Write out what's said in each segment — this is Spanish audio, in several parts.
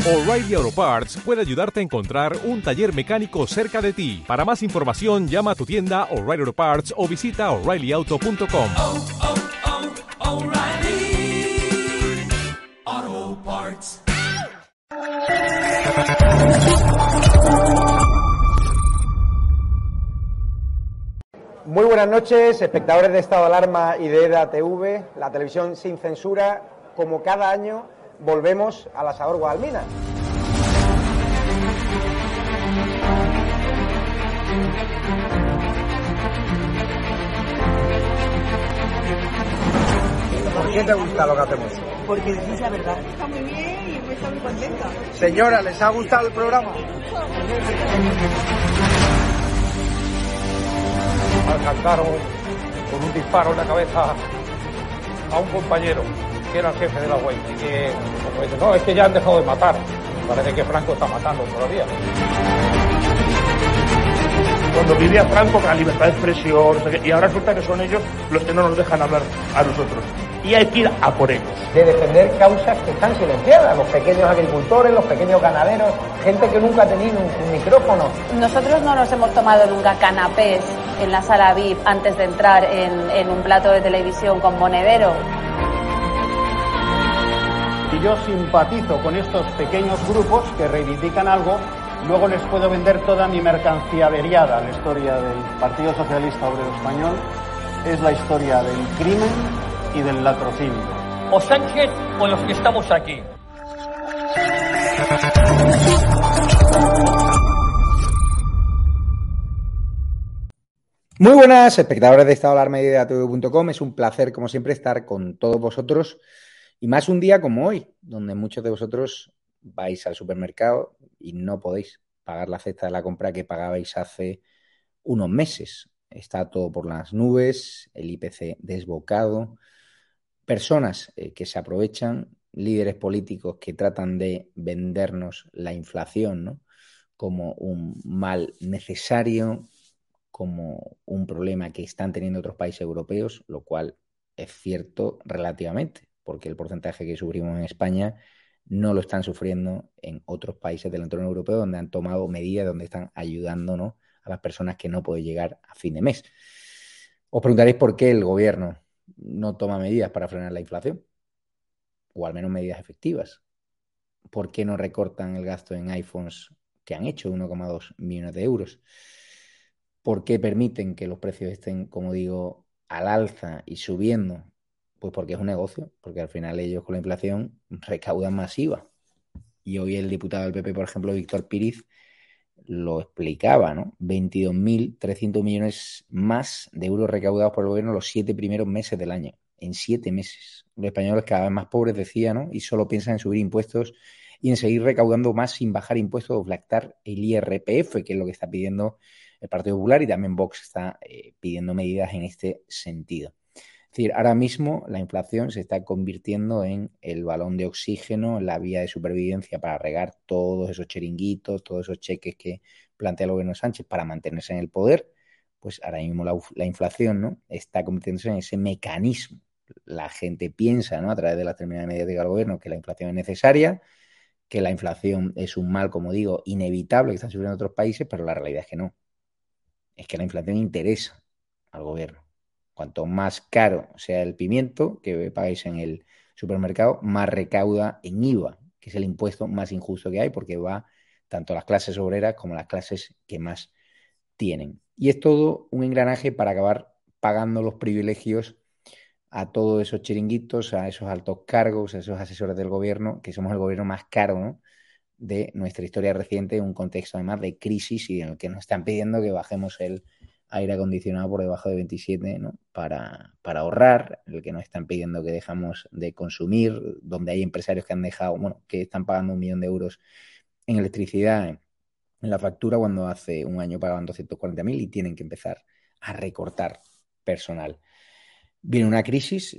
O'Reilly Auto Parts puede ayudarte a encontrar un taller mecánico cerca de ti. Para más información, llama a tu tienda O'Reilly Auto Parts o visita O'ReillyAuto.com. O'Reilly Auto Parts. Muy buenas noches, espectadores de Estado de Alarma y de EDA TV, la televisión sin censura. Como cada año, volvemos al Asador Guadalmina. ¿Por qué te gusta lo que hacemos? Porque decís la verdad. Está muy bien y me está muy contenta. Señora, ¿les ha gustado el programa? Alcanzaron con un disparo en la cabeza a un compañero que era el jefe de la UEI y que como dice, no, es que ya han dejado de matar. Parece que Franco está matando todavía. Cuando vivía Franco, con la libertad de expresión, y ahora resulta que son ellos los que no nos dejan hablar a nosotros. Y hay que ir a por ellos. De defender causas que están silenciadas, los pequeños agricultores, los pequeños ganaderos, gente que nunca ha tenido un micrófono. Nosotros no nos hemos tomado nunca canapés en la sala VIP antes de entrar en un plato de televisión con monedero. Si yo simpatizo con estos pequeños grupos que reivindican algo, luego les puedo vender toda mi mercancía averiada. La historia del Partido Socialista Obrero Español es la historia del crimen y del latrocinio. O Sánchez o los que estamos aquí. Muy buenas, espectadores de Estado de Alarma y de EDATV.com. Es un placer, como siempre, estar con todos vosotros. Y más un día como hoy, donde muchos de vosotros vais al supermercado y no podéis pagar la cesta de la compra que pagabais hace unos meses. Está todo por las nubes, el IPC desbocado, personas que se aprovechan, líderes políticos que tratan de vendernos la inflación, ¿no?, como un mal necesario, como un problema que están teniendo otros países europeos, lo cual es cierto relativamente, porque el porcentaje que sufrimos en España no lo están sufriendo en otros países del entorno europeo, donde han tomado medidas, donde están ayudando, ¿no?, a las personas que no pueden llegar a fin de mes. Os preguntaréis por qué el gobierno no toma medidas para frenar la inflación, o al menos medidas efectivas. ¿Por qué no recortan el gasto en iPhones que han hecho 1,2 millones de euros? ¿Por qué permiten que los precios estén, como digo, al alza y subiendo? Pues porque es un negocio, porque al final ellos con la inflación recaudan más IVA. Y hoy el diputado del PP, por ejemplo, Víctor Píriz, lo explicaba, ¿no? 22.300 millones más de euros recaudados por el gobierno los 7 primeros meses del año. En 7 meses. Los españoles cada vez más pobres, decía, ¿no?, y solo piensan en subir impuestos y en seguir recaudando más sin bajar impuestos o flectar el IRPF, que es lo que está pidiendo el Partido Popular, y también Vox está pidiendo medidas en este sentido. Es decir, ahora mismo la inflación se está convirtiendo en el balón de oxígeno, la vía de supervivencia para regar todos esos chiringuitos, todos esos cheques que plantea el gobierno Sánchez para mantenerse en el poder. Pues ahora mismo la inflación, ¿no?, está convirtiéndose en ese mecanismo. La gente piensa, ¿no?, a través de las terminales mediáticas del gobierno, que la inflación es necesaria, que la inflación es un mal, como digo, inevitable, que están sufriendo otros países, pero la realidad es que no. Es que la inflación interesa al gobierno. Cuanto más caro sea el pimiento que pagáis en el supermercado, más recauda en IVA, que es el impuesto más injusto que hay, porque va tanto a las clases obreras como a las clases que más tienen. Y es todo un engranaje para acabar pagando los privilegios a todos esos chiringuitos, a esos altos cargos, a esos asesores del gobierno, que somos el gobierno más caro, ¿no?, de nuestra historia reciente, en un contexto además de crisis y en el que nos están pidiendo que bajemos el aire acondicionado por debajo de 27, ¿no?, para ahorrar, en el que nos están pidiendo que dejamos de consumir, donde hay empresarios que han dejado, bueno, que están pagando 1 millón de euros en electricidad en la factura, cuando hace un año pagaban 240.000 y tienen que empezar a recortar personal. Viene una crisis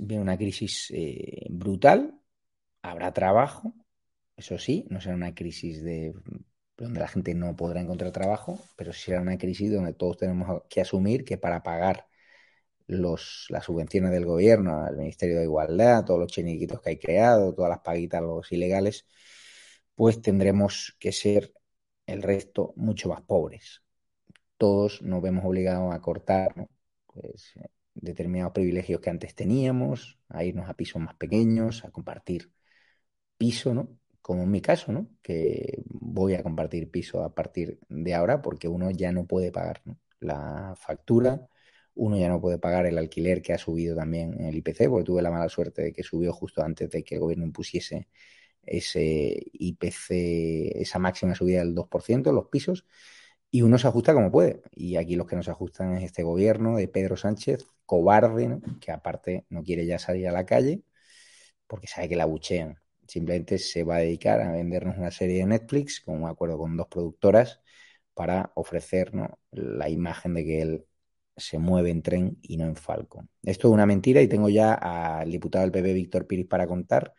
brutal, habrá trabajo, eso sí, no será una crisis donde la gente no podrá encontrar trabajo, pero sí será una crisis donde todos tenemos que asumir que para pagar las subvenciones del gobierno, al Ministerio de Igualdad, todos los chiringuitos que hay creado, todas las paguitas, los ilegales, pues tendremos que ser el resto mucho más pobres. Todos nos vemos obligados a cortar, ¿no? Pues, determinados privilegios que antes teníamos, a irnos a pisos más pequeños, a compartir piso, ¿no? Como en mi caso, ¿no? Que voy a compartir piso a partir de ahora porque uno ya no puede pagar, ¿no?, la factura, uno ya no puede pagar el alquiler que ha subido también en el IPC, porque tuve la mala suerte de que subió justo antes de que el gobierno impusiese ese IPC, esa máxima subida del 2% en los pisos, y uno se ajusta como puede. Y aquí los que nos ajustan es este gobierno de Pedro Sánchez, cobarde, ¿no?, que aparte no quiere ya salir a la calle porque sabe que la abuchean. Simplemente se va a dedicar a vendernos una serie de Netflix con un acuerdo con 2 productoras para ofrecernos la imagen de que él se mueve en tren y no en Falcon. Esto es una mentira y tengo ya al diputado del PP, Víctor Piris, para contar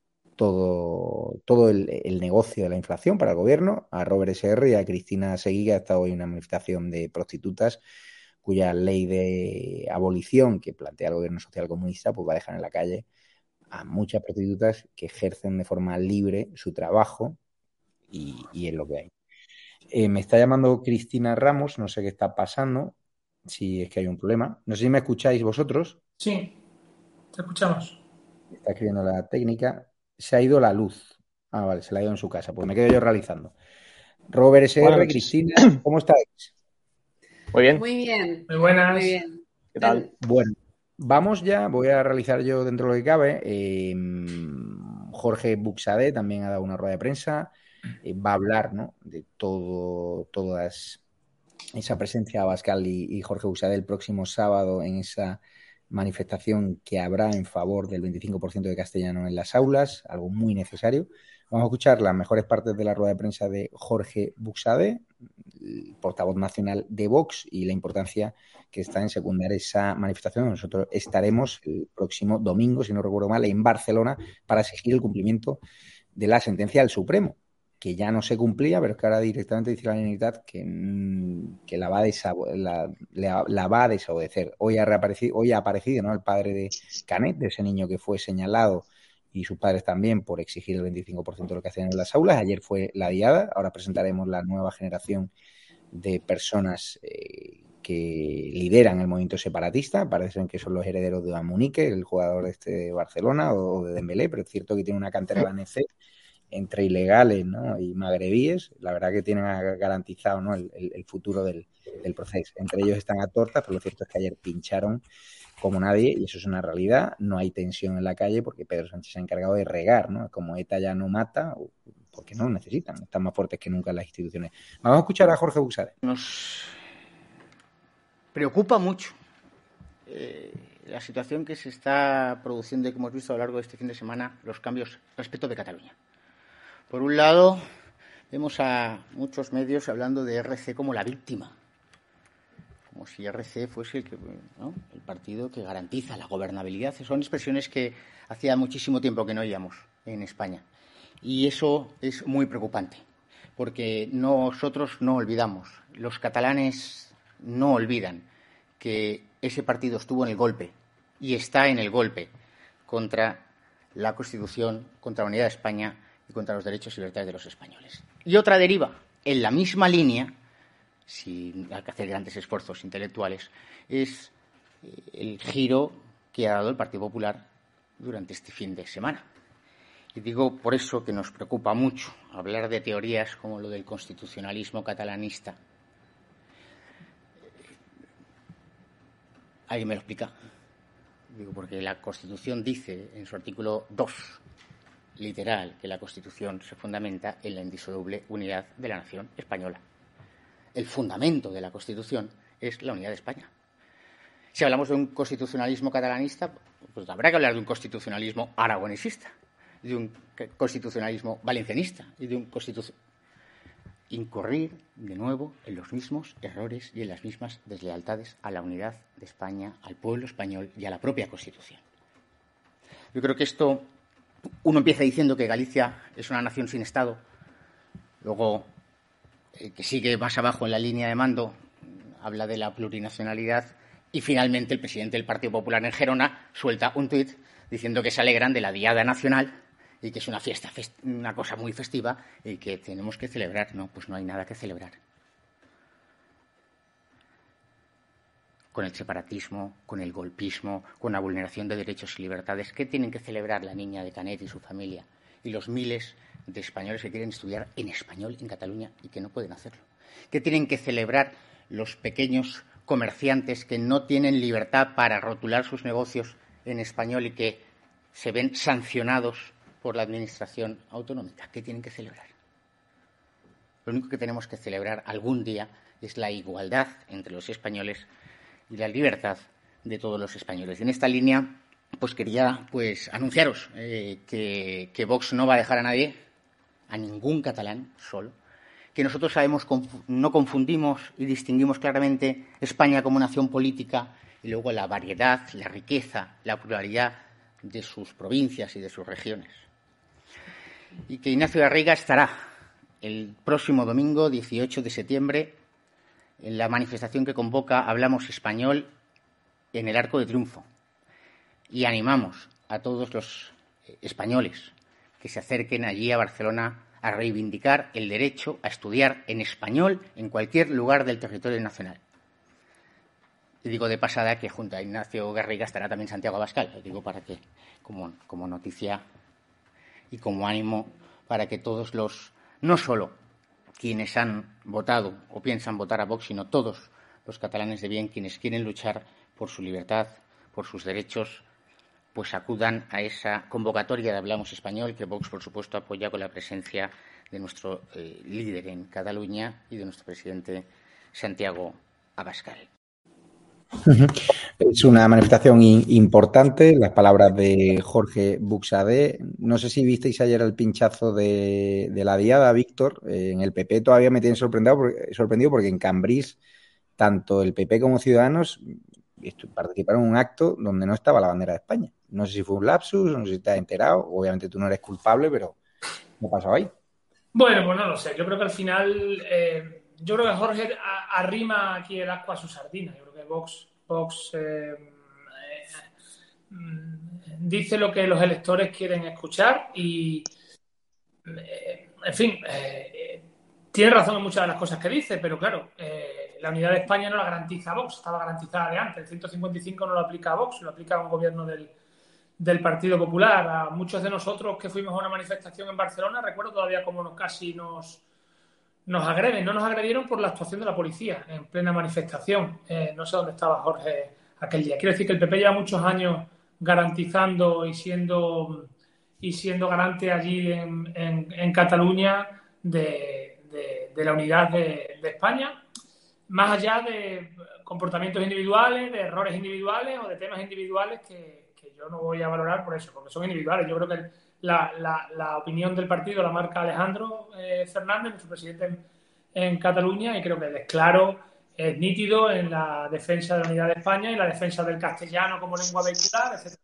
todo el negocio de la inflación para el gobierno, a Robert SR y a Cristina Seguí, que ha estado hoy en una manifestación de prostitutas cuya ley de abolición que plantea el gobierno social comunista pues va a dejar en la calle a muchas prostitutas que ejercen de forma libre su trabajo y es lo que hay. Me está llamando Cristina Ramos, no sé qué está pasando, si es que hay un problema. No sé si me escucháis vosotros. Sí, te escuchamos. Está escribiendo la técnica. Se ha ido la luz. Ah, vale, se la ha ido en su casa. Pues me quedo yo realizando. Robert SR, Cristina, ¿cómo estáis? Muy bien. Muy bien. Muy buenas. Muy bien. ¿Qué tal? Bueno, vamos ya. Voy a realizar yo dentro de lo que cabe. Jorge Buxadé también ha dado una rueda de prensa. Va a hablar, ¿no?, de todas esa presencia de Abascal y Jorge Buxadé el próximo sábado en esa manifestación que habrá en favor del 25% de castellano en las aulas, algo muy necesario. Vamos a escuchar las mejores partes de la rueda de prensa de Jorge Buxadé, el portavoz nacional de Vox, y la importancia que está en secundar esa manifestación. Nosotros estaremos el próximo domingo, si no recuerdo mal, en Barcelona para exigir el cumplimiento de la sentencia del Supremo, que ya no se cumplía, pero es que ahora directamente dice la Generalitat que la va a desobedecer. Hoy ha aparecido, ¿no?, el padre de Canet, de ese niño que fue señalado, y sus padres también, por exigir el 25% de lo que hacían en las aulas. Ayer fue la diada, ahora presentaremos la nueva generación de personas que lideran el movimiento separatista. Parecen que son los herederos de Amunique, el jugador de Barcelona, o de Dembélé, pero es cierto que tiene una cantera de la ANC entre ilegales, ¿no?, y magrebíes. La verdad que tienen garantizado, ¿no?, el futuro del proceso. Entre ellos están a tortas, pero lo cierto es que ayer pincharon como nadie y eso es una realidad. No hay tensión en la calle porque Pedro Sánchez se ha encargado de regar, ¿no? Como ETA ya no mata, porque no lo necesitan, están más fuertes que nunca en las instituciones. Vamos a escuchar a Jorge Buxadé. Nos preocupa mucho la situación que se está produciendo y que hemos visto a lo largo de este fin de semana, los cambios respecto de Cataluña. Por un lado, vemos a muchos medios hablando de RC como la víctima, como si RC fuese el partido que garantiza la gobernabilidad. Son expresiones que hacía muchísimo tiempo que no oíamos en España. Y eso es muy preocupante, porque nosotros no olvidamos, los catalanes no olvidan que ese partido estuvo en el golpe y está en el golpe contra la Constitución, contra la unidad de España y contra los derechos y libertades de los españoles. Y otra deriva, en la misma línea, sin hay que hacer grandes esfuerzos intelectuales, es el giro que ha dado el Partido Popular durante este fin de semana. Y digo por eso que nos preocupa mucho hablar de teorías como lo del constitucionalismo catalanista. ¿Alguien me lo explica? Digo, porque la Constitución dice en su artículo 2, literal, que la Constitución se fundamenta en la indisoluble unidad de la nación española. El fundamento de la Constitución es la unidad de España. Si hablamos de un constitucionalismo catalanista, pues habrá que hablar de un constitucionalismo aragonesista, de un constitucionalismo valencianista y de un incurrir de nuevo en los mismos errores y en las mismas deslealtades a la unidad de España, al pueblo español y a la propia Constitución. Yo creo que esto, uno empieza diciendo que Galicia es una nación sin Estado, luego que sigue más abajo en la línea de mando habla de la plurinacionalidad y finalmente el presidente del Partido Popular en Gerona suelta un tuit diciendo que se alegran de la diada nacional y que es una fiesta, una cosa muy festiva y que tenemos que celebrar. No, pues no hay nada que celebrar. Con el separatismo, con el golpismo, con la vulneración de derechos y libertades. ¿Qué tienen que celebrar la niña de Canet y su familia? Y los miles de españoles que quieren estudiar en español en Cataluña y que no pueden hacerlo. ¿Qué tienen que celebrar los pequeños comerciantes que no tienen libertad para rotular sus negocios en español y que se ven sancionados por la administración autonómica? ¿Qué tienen que celebrar? Lo único que tenemos que celebrar algún día es la igualdad entre los españoles y la libertad de todos los españoles. Y en esta línea, pues quería anunciaros que Vox no va a dejar a nadie, a ningún catalán solo, que nosotros no confundimos y distinguimos claramente España como nación política y luego la variedad, la riqueza, la pluralidad de sus provincias y de sus regiones. Y que Ignacio Garriga estará el próximo domingo, 18 de septiembre, en la manifestación que convoca Hablamos Español en el Arco de Triunfo. Y animamos a todos los españoles que se acerquen allí a Barcelona a reivindicar el derecho a estudiar en español en cualquier lugar del territorio nacional. Y digo de pasada que junto a Ignacio Garriga estará también Santiago Abascal. Lo digo para que, como noticia y como ánimo, para que todos no solo quienes han votado o piensan votar a Vox, sino todos los catalanes de bien, quienes quieren luchar por su libertad, por sus derechos, pues acudan a esa convocatoria de Hablamos Español, que Vox, por supuesto, apoya con la presencia de nuestro líder en Cataluña y de nuestro presidente Santiago Abascal. Es una manifestación importante, las palabras de Jorge Buxadé. No sé si visteis ayer el pinchazo de la diada, Víctor. En el PP todavía me tienen sorprendido porque en Cambrils tanto el PP como Ciudadanos participaron en un acto donde no estaba la bandera de España. No sé si fue un lapsus, no sé si te has enterado. Obviamente tú no eres culpable, pero ¿qué pasó ahí? Bueno, pues no lo sé. Yo creo que al final... yo creo que Jorge arrima aquí el ascua a su sardina. Yo creo que Vox dice lo que los electores quieren escuchar y, en fin, tiene razón en muchas de las cosas que dice, pero claro, la unidad de España no la garantiza Vox, estaba garantizada de antes. El 155 no lo aplica a Vox, lo aplica a un gobierno del Partido Popular. A muchos de nosotros que fuimos a una manifestación en Barcelona, recuerdo todavía cómo casi nos agreden. No nos agredieron por la actuación de la policía en plena manifestación. No sé dónde estaba Jorge aquel día. Quiero decir que el PP lleva muchos años garantizando y siendo garante allí en Cataluña de la unidad de España, más allá de comportamientos individuales, de errores individuales o de temas individuales que yo no voy a valorar por eso, porque son individuales. Yo creo que la opinión del partido la marca Alejandro Fernández, nuestro presidente en Cataluña, y creo que es claro, es nítido en la defensa de la unidad de España y la defensa del castellano como lengua vehicular, etc.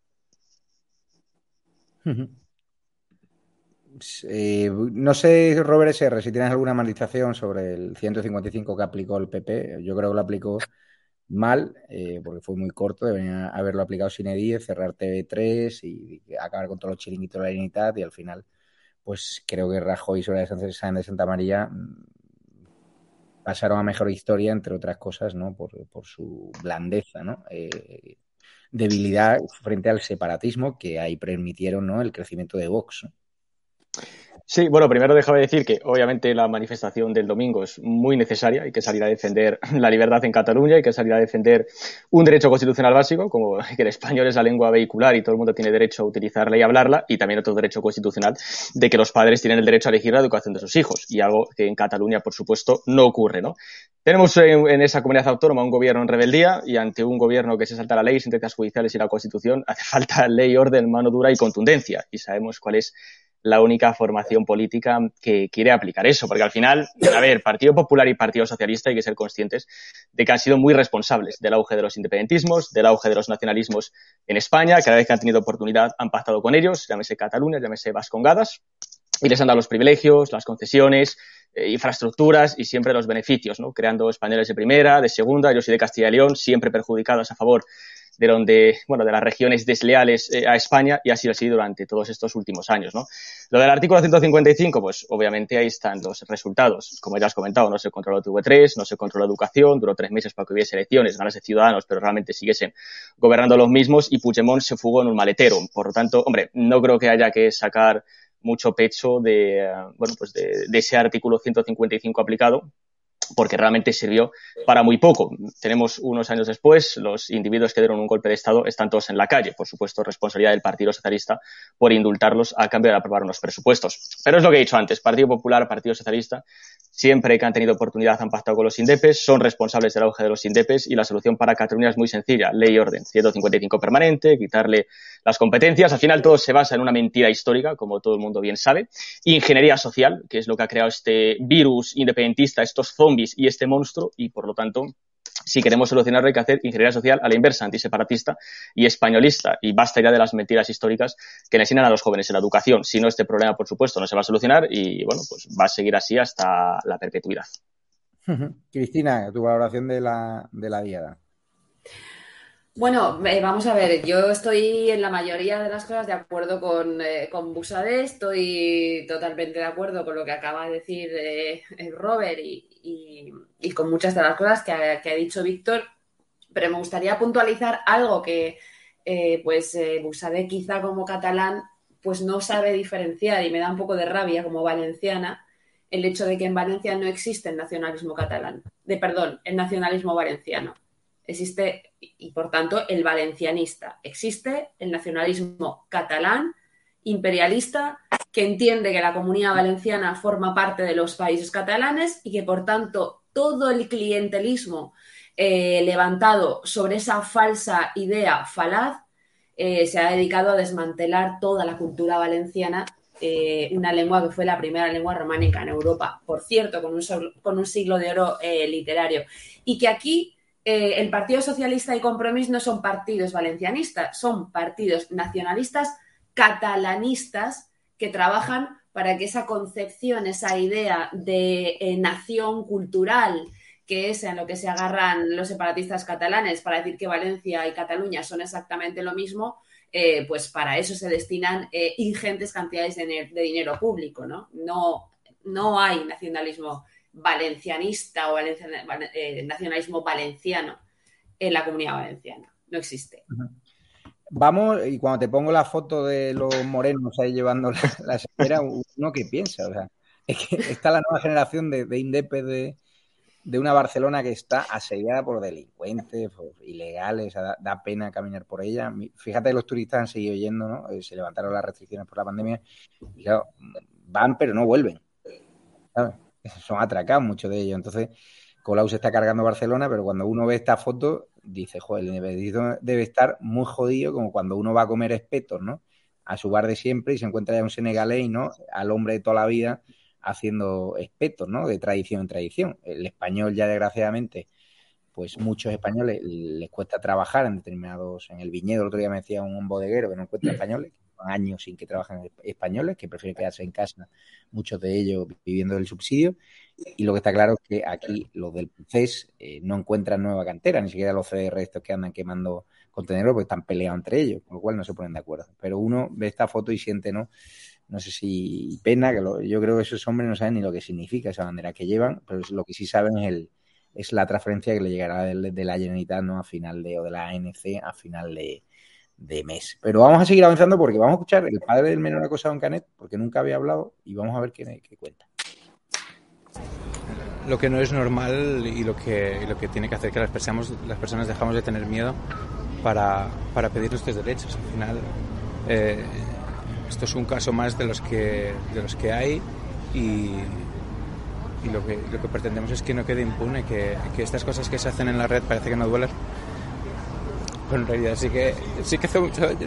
No sé, Robert SR, si tienes alguna matización sobre el 155 que aplicó el PP. Yo creo que lo aplicó mal, porque fue muy corto, deberían haberlo aplicado sine die, cerrar TV3 y acabar con todos los chiringuitos de la Generalitat, y al final, pues creo que Rajoy y Soraya Sáenz de Santa María pasaron a mejor historia, entre otras cosas, ¿no? Por su blandeza, ¿no? Debilidad frente al separatismo que ahí permitieron, ¿no?, el crecimiento de Vox, ¿no? Sí, bueno, primero déjame decir que obviamente la manifestación del domingo es muy necesaria. Hay que salir a defender la libertad en Cataluña, hay que salir a defender un derecho constitucional básico, como que el español es la lengua vehicular y todo el mundo tiene derecho a utilizarla y hablarla, y también otro derecho constitucional de que los padres tienen el derecho a elegir la educación de sus hijos, y algo que en Cataluña, por supuesto, no ocurre, ¿no? Tenemos en esa comunidad autónoma un gobierno en rebeldía, y ante un gobierno que se salta la ley, sentencias judiciales y la Constitución, hace falta ley, orden, mano dura y contundencia, y sabemos cuál es la única formación política que quiere aplicar eso, porque al final, a ver, Partido Popular y Partido Socialista hay que ser conscientes de que han sido muy responsables del auge de los independentismos, del auge de los nacionalismos en España. Cada vez que han tenido oportunidad han pactado con ellos, llámese Cataluña, llámese Vascongadas, y les han dado los privilegios, las concesiones, infraestructuras y siempre los beneficios, ¿no? Creando españoles de primera, de segunda, yo soy de Castilla y León, siempre perjudicados a favor de las regiones desleales a España, y ha sido así durante todos estos últimos años, ¿no? Lo del artículo 155, pues obviamente ahí están los resultados. Como ya has comentado, no se controló TV3, no se controló educación, duró 3 meses para que hubiese elecciones, ganase Ciudadanos, pero realmente siguiesen gobernando los mismos, y Puigdemont se fugó en un maletero. Por lo tanto, hombre, no creo que haya que sacar mucho pecho de ese artículo 155 aplicado, porque realmente sirvió para muy poco. Tenemos unos años después, los individuos que dieron un golpe de Estado están todos en la calle. Por supuesto, responsabilidad del Partido Socialista por indultarlos a cambio de aprobar unos presupuestos. Pero es lo que he dicho antes, Partido Popular, Partido Socialista, siempre que han tenido oportunidad han pactado con los indepes, son responsables del auge de los indepes, y la solución para Cataluña es muy sencilla: ley y orden, 155 permanente, quitarle las competencias. Al final todo se basa en una mentira histórica, como todo el mundo bien sabe, ingeniería social, que es lo que ha creado este virus independentista, estos zombies y este monstruo, y por lo tanto, si queremos solucionarlo hay que hacer ingeniería social a la inversa, antiseparatista y españolista, y basta ya de las mentiras históricas que le enseñan a los jóvenes en la educación. Si no, este problema, por supuesto, no se va a solucionar, y bueno, pues va a seguir así hasta la perpetuidad. Cristina, tu valoración de la diada. Bueno, vamos a ver, yo estoy en la mayoría de las cosas de acuerdo con Buxadé, estoy totalmente de acuerdo con lo que acaba de decir Robert y con muchas de las cosas que ha dicho Víctor, pero me gustaría puntualizar algo que Buxadé, quizá como catalán, pues no sabe diferenciar, y me da un poco de rabia como valenciana el hecho de que en Valencia no existe el nacionalismo el nacionalismo valenciano. Existe, y por tanto, el valencianista. Existe el nacionalismo catalán, imperialista, que entiende que la Comunidad Valenciana forma parte de los países catalanes y que, por tanto, todo el clientelismo levantado sobre esa falsa idea falaz se ha dedicado a desmantelar toda la cultura valenciana, una lengua que fue la primera lengua románica en Europa, por cierto, con un siglo de oro literario. Y que aquí el Partido Socialista y Compromís no son partidos valencianistas, son partidos nacionalistas catalanistas que trabajan para que esa concepción, esa idea de nación cultural, que es en lo que se agarran los separatistas catalanes para decir que Valencia y Cataluña son exactamente lo mismo, pues para eso se destinan ingentes cantidades de dinero público, ¿no? No hay nacionalismo valencianista o nacionalismo valenciano en la Comunidad Valenciana. No existe. Vamos, y cuando te pongo la foto de los morenos ahí llevando la esfera, uno que piensa, o sea, es que está la nueva generación de indepes de una Barcelona que está asediada por delincuentes, por ilegales, o sea, da pena caminar por ella. Fíjate que los turistas han seguido yendo, ¿no? Se levantaron las restricciones por la pandemia y claro, van pero no vuelven, ¿sabes? Son atracados muchos de ellos. Entonces, Colau se está cargando Barcelona, pero cuando uno ve esta foto, dice, joder, el independentismo debe estar muy jodido, como cuando uno va a comer espetos, ¿no? A su bar de siempre y se encuentra ya un senegalés, ¿no? Al hombre de toda la vida haciendo espetos, ¿no? De tradición en tradición. El español ya, desgraciadamente, pues muchos españoles les cuesta trabajar en el viñedo. El otro día me decía un bodeguero que no encuentra españoles, años sin que trabajen españoles, que prefieren quedarse en casa, muchos de ellos viviendo del subsidio, y lo que está claro es que aquí los del CES no encuentran nueva cantera, ni siquiera los CDR estos que andan quemando contenedores porque están peleados entre ellos, con lo cual no se ponen de acuerdo. Pero uno ve esta foto y siente, no sé si pena, yo creo que esos hombres no saben ni lo que significa esa bandera que llevan, pero lo que sí saben es la transferencia que le llegará de la Generalitat, ¿no? O de la ANC a final de mes. Pero vamos a seguir avanzando porque vamos a escuchar el padre del menor acosado en Canet, porque nunca había hablado, y vamos a ver qué cuenta. Lo que no es normal y lo que tiene que hacer que las personas dejamos de tener miedo para pedir nuestros derechos. Al final, esto es un caso más de los que hay, y lo que pretendemos es que no quede impune, que estas cosas que se hacen en la red parece que no duelen, pero en realidad sí que hace mucho daño.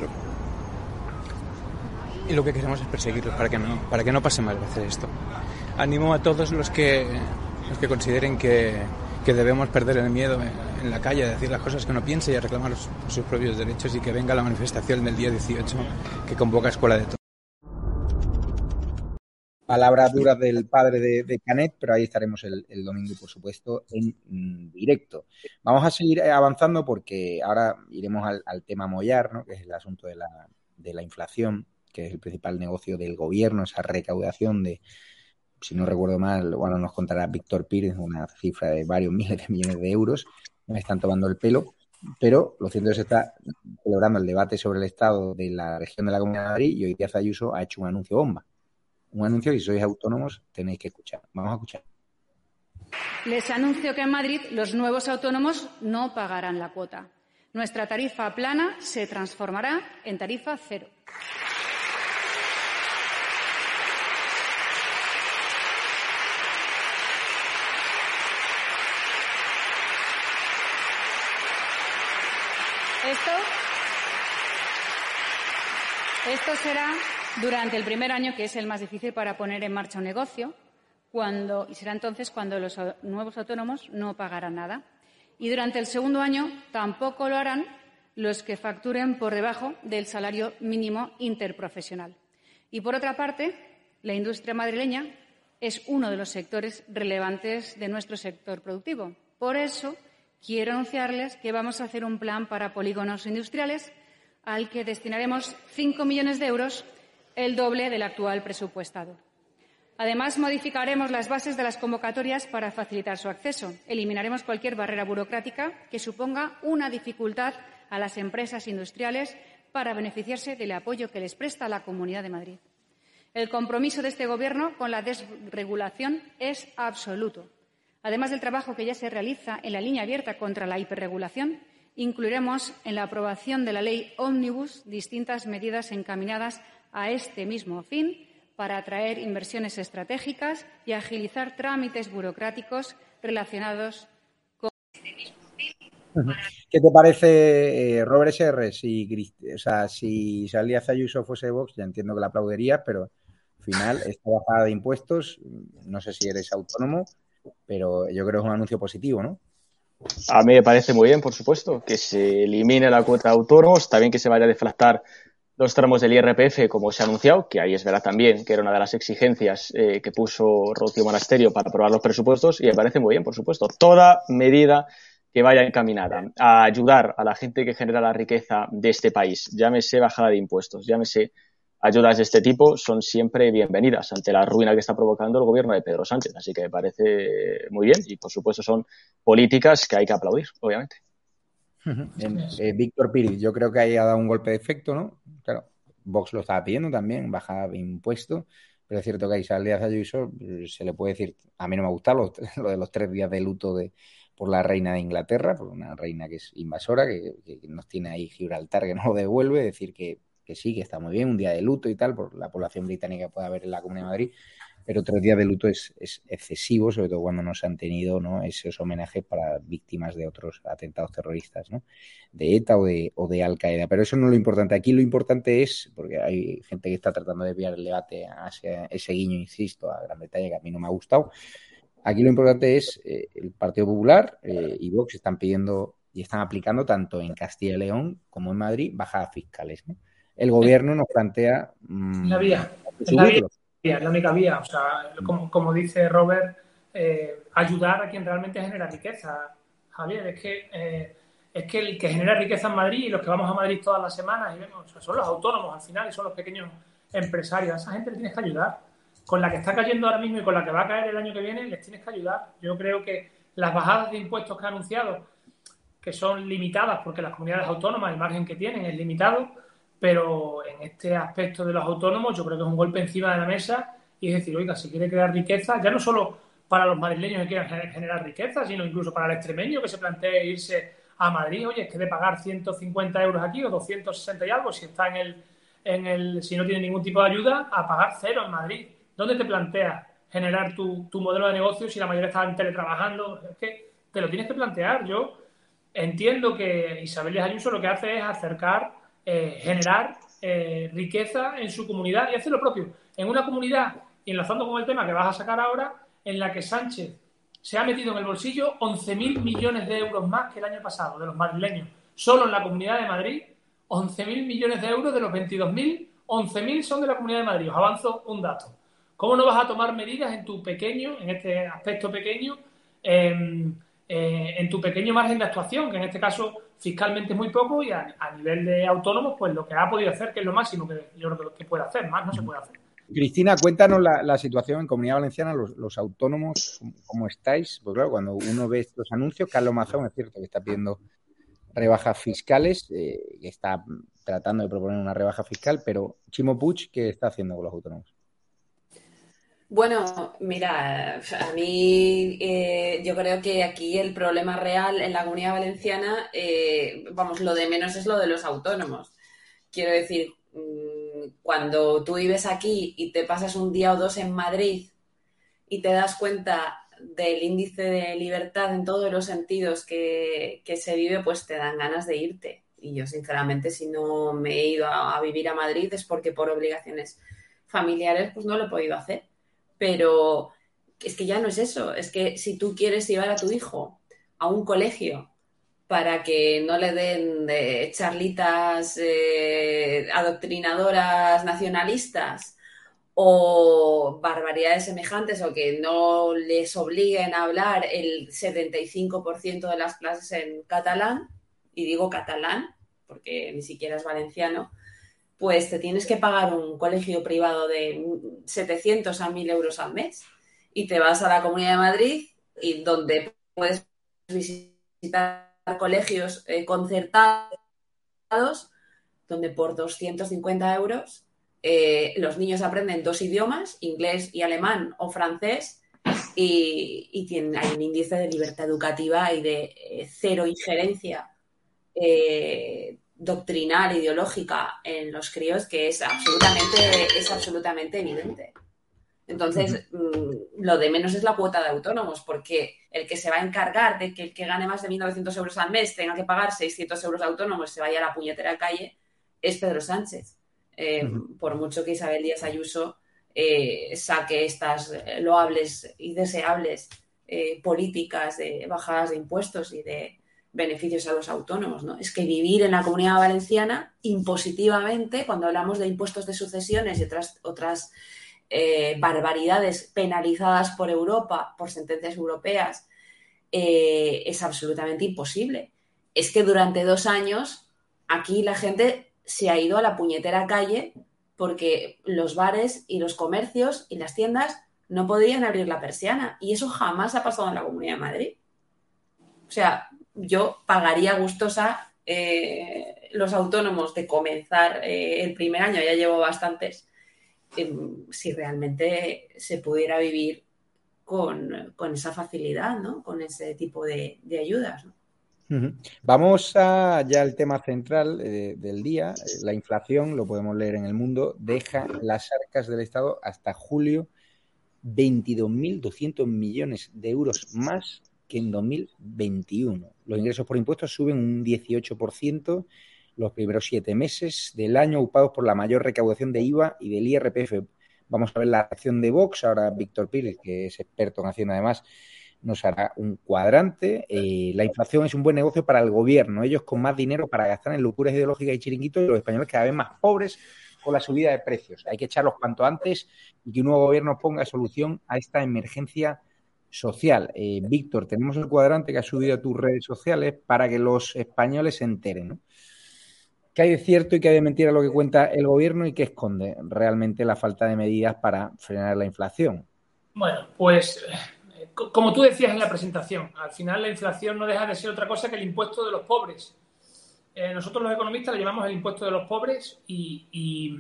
Y lo que queremos es perseguirlos para que no pase más veces esto. Animo a todos los que consideren que debemos perder el miedo en la calle, a decir las cosas que uno piensa y a reclamar sus propios derechos, y que venga la manifestación del día 18 que convoca Escuela de Todos. palabras duras del padre de Canet, pero ahí estaremos el domingo, por supuesto, en directo. Vamos a seguir avanzando porque ahora iremos al tema mollar, ¿no? Que es el asunto de la inflación, que es el principal negocio del gobierno, esa recaudación de, si no recuerdo mal, bueno, nos contará Víctor Pires, una cifra de varios miles de millones de euros. Me están tomando el pelo, pero lo cierto es que se está celebrando el debate sobre el estado de la región de la Comunidad de Madrid y hoy Díaz Ayuso ha hecho un anuncio bomba. Un anuncio que si sois autónomos tenéis que escuchar. Vamos a escuchar. Les anuncio que en Madrid los nuevos autónomos no pagarán la cuota. Nuestra tarifa plana se transformará en tarifa cero. Esto será durante el primer año, que es el más difícil para poner en marcha un negocio, y será entonces cuando los nuevos autónomos no pagarán nada. Y durante el segundo año tampoco lo harán los que facturen por debajo del salario mínimo interprofesional. Y, por otra parte, la industria madrileña es uno de los sectores relevantes de nuestro sector productivo. Por eso, quiero anunciarles que vamos a hacer un plan para polígonos industriales al que destinaremos 5 millones de euros, el doble del actual presupuestado. Además, modificaremos las bases de las convocatorias para facilitar su acceso. Eliminaremos cualquier barrera burocrática que suponga una dificultad a las empresas industriales para beneficiarse del apoyo que les presta la Comunidad de Madrid. El compromiso de este Gobierno con la desregulación es absoluto. Además del trabajo que ya se realiza en la línea abierta contra la hiperregulación, incluiremos en la aprobación de la Ley Ómnibus distintas medidas encaminadas a este mismo fin para atraer inversiones estratégicas y agilizar trámites burocráticos relacionados con este mismo fin. ¿Qué te parece, Robert SR? Si Díaz Ayuso fuese Vox, ya entiendo que la aplaudirías, pero al final esta bajada de impuestos, no sé si eres autónomo, pero yo creo que es un anuncio positivo, ¿no? A mí me parece muy bien, por supuesto, que se elimine la cuota de autónomos, también que se vaya a deflactar los tramos del IRPF, como se ha anunciado, que ahí es verdad también que era una de las exigencias que puso Rocío Monasterio para aprobar los presupuestos, y me parece muy bien, por supuesto. Toda medida que vaya encaminada a ayudar a la gente que genera la riqueza de este país, llámese bajada de impuestos, llámese ayudas de este tipo, son siempre bienvenidas ante la ruina que está provocando el gobierno de Pedro Sánchez. Así que me parece muy bien y, por supuesto, son políticas que hay que aplaudir, obviamente. Víctor Pires, yo creo que ahí ha dado un golpe de efecto, ¿no? Claro, Vox lo estaba pidiendo también, bajada de impuestos, pero es cierto que a Isabel Díaz Ayuso se le puede decir, a mí no me gusta lo de los 3 días de luto por la reina de Inglaterra, por una reina que es invasora, que nos tiene ahí Gibraltar, que no lo devuelve, decir que sí, que está muy bien, un día de luto y tal, por la población británica que puede haber en la Comunidad de Madrid, pero 3 días de luto es excesivo, sobre todo cuando no se han tenido, ¿no?, esos homenajes para víctimas de otros atentados terroristas, ¿no?, de ETA o de Al-Qaeda. Pero eso no es lo importante. Aquí lo importante es, porque hay gente que está tratando de desviar el debate hacia ese guiño, insisto, a Gran Bretaña, que a mí no me ha gustado. Aquí lo importante es el Partido Popular y Vox están pidiendo y están aplicando tanto en Castilla y León como en Madrid bajadas fiscales, ¿no? El gobierno nos plantea la vía, es la única vía. O sea, como dice Robert, ayudar a quien realmente genera riqueza. Javier, es que el que genera riqueza en Madrid y los que vamos a Madrid todas las semanas y vemos, o sea, son los autónomos al final y son los pequeños empresarios. A esa gente le tienes que ayudar. Con la que está cayendo ahora mismo y con la que va a caer el año que viene, les tienes que ayudar. Yo creo que las bajadas de impuestos que ha anunciado, que son limitadas porque las comunidades autónomas, el margen que tienen es limitado, pero en este aspecto de los autónomos yo creo que es un golpe encima de la mesa y es decir, oiga, si quiere crear riqueza, ya no solo para los madrileños que quieran generar riqueza, sino incluso para el extremeño que se plantee irse a Madrid, oye, es que de pagar 150 euros aquí o 260 y algo, si está si no tiene ningún tipo de ayuda, a pagar cero en Madrid. ¿Dónde te planteas generar tu modelo de negocio si la mayoría están teletrabajando? Es que te lo tienes que plantear. Yo entiendo que Isabel Díaz Ayuso lo que hace es generar riqueza en su comunidad y hace lo propio. En una comunidad, y enlazando con el tema que vas a sacar ahora, en la que Sánchez se ha metido en el bolsillo 11.000 millones de euros más que el año pasado de los madrileños. Solo en la Comunidad de Madrid, 11.000 millones de euros de los 22.000, 11.000 son de la Comunidad de Madrid. Os avanzo un dato. ¿Cómo no vas a tomar medidas en tu pequeño, en este aspecto pequeño, en tu pequeño margen de actuación, que en este caso fiscalmente es muy poco, y a nivel de autónomos, pues lo que ha podido hacer, que es lo máximo que yo creo que puede hacer, más no se puede hacer. Cristina, cuéntanos la situación en Comunidad Valenciana, los autónomos, ¿cómo estáis? Pues claro, cuando uno ve estos anuncios, Carlos Mazón es cierto que está pidiendo rebajas fiscales, y está tratando de proponer una rebaja fiscal, pero Chimo Puig, ¿qué está haciendo con los autónomos? Bueno, mira, a mí yo creo que aquí el problema real en la Comunidad Valenciana, vamos, lo de menos es lo de los autónomos. Quiero decir, cuando tú vives aquí y te pasas un día o dos en Madrid y te das cuenta del índice de libertad en todos los sentidos que se vive, pues te dan ganas de irte. Y yo, sinceramente, si no me he ido a vivir a Madrid es porque por obligaciones familiares pues no lo he podido hacer. Pero es que ya no es eso. Es que si tú quieres llevar a tu hijo a un colegio para que no le den charlitas adoctrinadoras nacionalistas o barbaridades semejantes, o que no les obliguen a hablar el 75% de las clases en catalán, y digo catalán porque ni siquiera es valenciano, pues te tienes que pagar un colegio privado de 700 a 1.000 euros al mes, y te vas a la Comunidad de Madrid, y donde puedes visitar colegios concertados, donde por 250 euros los niños aprenden 2 idiomas, inglés y alemán o francés, y hay un índice de libertad educativa y de cero injerencia doctrinal, ideológica en los críos, que es absolutamente evidente. Entonces, lo de menos es la cuota de autónomos, porque el que se va a encargar de que el que gane más de 1.900 euros al mes tenga que pagar 600 euros de autónomos y se vaya a la puñetera calle es Pedro Sánchez. Por mucho que Isabel Díaz Ayuso saque estas loables y deseables políticas de bajadas de impuestos y de beneficios a los autónomos, ¿no? Es que vivir en la Comunidad Valenciana impositivamente, cuando hablamos de impuestos de sucesiones y otras barbaridades penalizadas por Europa, por sentencias europeas, es absolutamente imposible. Es que durante 2 años aquí la gente se ha ido a la puñetera calle porque los bares y los comercios y las tiendas no podían abrir la persiana, y eso jamás ha pasado en la Comunidad de Madrid. O sea, yo pagaría gustosa los autónomos de comenzar el primer año, ya llevo bastantes, si realmente se pudiera vivir con esa facilidad, ¿no? Con ese tipo de ayudas, ¿no? Vamos ya al tema central del día. La inflación, lo podemos leer en El Mundo, deja las arcas del Estado hasta julio 22.200 millones de euros más que en 2021. Los ingresos por impuestos suben un 18% los primeros 7 meses del año, aupados por la mayor recaudación de IVA y del IRPF. Vamos a ver la reacción de Vox. Ahora Víctor Pérez, que es experto en Hacienda además, nos hará un cuadrante. La inflación es un buen negocio para el gobierno. Ellos con más dinero para gastar en locuras ideológicas y chiringuitos, y los españoles cada vez más pobres con la subida de precios. Hay que echarlos cuanto antes y que un nuevo gobierno ponga solución a esta emergencia social. Víctor, tenemos el cuadrante que has subido a tus redes sociales para que los españoles se enteren, ¿no? ¿Qué hay de cierto y qué hay de mentira lo que cuenta el gobierno, y qué esconde realmente la falta de medidas para frenar la inflación? Bueno, pues como tú decías en la presentación, al final la inflación no deja de ser otra cosa que el impuesto de los pobres. Nosotros los economistas le llamamos el impuesto de los pobres, y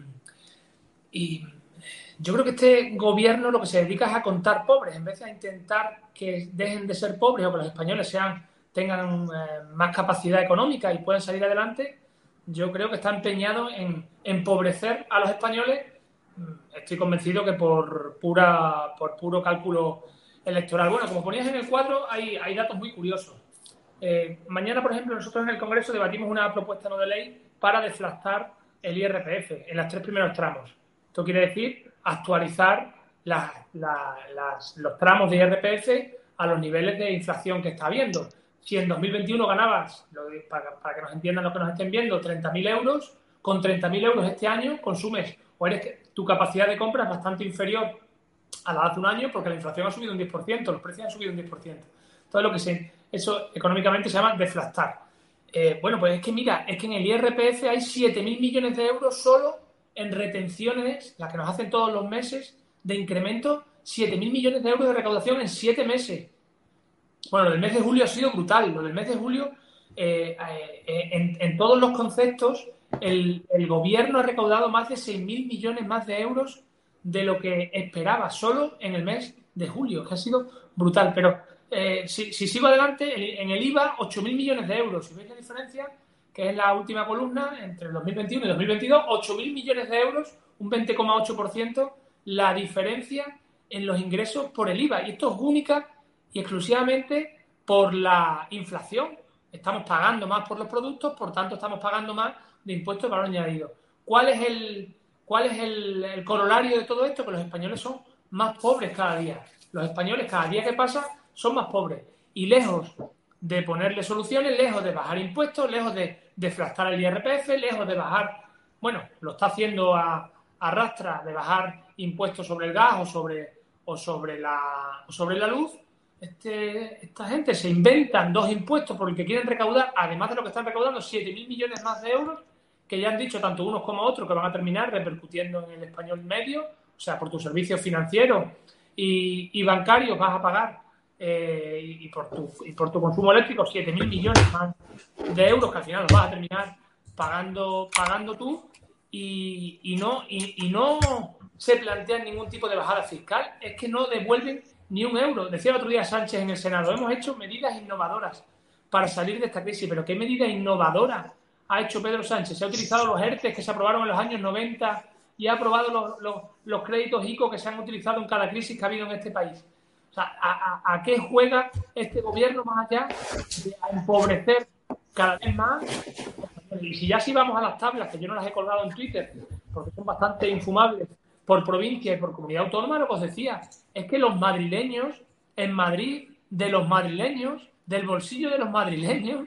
yo creo que este gobierno lo que se dedica es a contar pobres, en vez de a intentar que dejen de ser pobres o que los españoles tengan más capacidad económica y puedan salir adelante. Yo creo que está empeñado en empobrecer a los españoles. Estoy convencido que por puro cálculo electoral. Bueno, como ponías en el cuadro, hay datos muy curiosos. Mañana, por ejemplo, nosotros en el Congreso debatimos una propuesta no de ley para deflactar el IRPF en los 3 primeros tramos. Esto quiere decir actualizar los tramos de IRPF a los niveles de inflación que está habiendo. Si en 2021 ganabas, para que nos entiendan los que nos estén viendo, 30.000 euros, con 30.000 euros este año consumes, tu capacidad de compra es bastante inferior a la de hace un año porque la inflación ha subido un 10%, los precios han subido un 10%. Entonces, eso económicamente se llama deflactar. Bueno, pues es que mira, es que en el IRPF hay 7.000 millones de euros solo en retenciones, las que nos hacen todos los meses, de incremento, 7.000 millones de euros de recaudación en 7 meses. Bueno, lo del mes de julio ha sido brutal. Lo del mes de julio, en todos los conceptos, el gobierno ha recaudado más de 6.000 millones más de euros de lo que esperaba solo en el mes de julio, que ha sido brutal. Pero si sigo adelante, en el IVA, 8.000 millones de euros. Si veis la diferencia, que es la última columna, entre el 2021 y 2022, 8.000 millones de euros, un 20,8%, la diferencia en los ingresos por el IVA. Y esto es única y exclusivamente por la inflación. Estamos pagando más por los productos, por tanto estamos pagando más de impuestos de valor añadido. ¿Cuál es el corolario de todo esto? Que los españoles son más pobres cada día. Los españoles cada día que pasa son más pobres. Y lejos de ponerle soluciones, lejos de bajar impuestos, lejos de deflactar el IRPF, lejos de bajar, bueno, lo está haciendo a rastra de bajar impuestos sobre el gas o sobre la luz. Esta gente se inventan 2 impuestos por el que quieren recaudar, además de lo que están recaudando, 7.000 millones más de euros, que ya han dicho tanto unos como otros que van a terminar repercutiendo en el español medio. O sea, por tus servicios financieros y bancarios vas a pagar y por tu consumo eléctrico 7.000 millones más de euros, que al final los vas a terminar pagando tú, y no se plantean ningún tipo de bajada fiscal. Es que no devuelven ni un euro. Decía el otro día Sánchez en el Senado, hemos hecho medidas innovadoras para salir de esta crisis. ¿Pero qué medida innovadora ha hecho Pedro Sánchez? Se ha utilizado los ERTE que se aprobaron en los años 90 y ha aprobado los créditos ICO que se han utilizado en cada crisis que ha habido en este país. O sea, ¿a qué juega este gobierno más allá de a empobrecer cada vez más? Y si ya sí vamos a las tablas, que yo no las he colgado en Twitter porque son bastante infumables, por provincia y por comunidad autónoma, lo que os decía, es que los madrileños, en Madrid, de los madrileños, del bolsillo de los madrileños,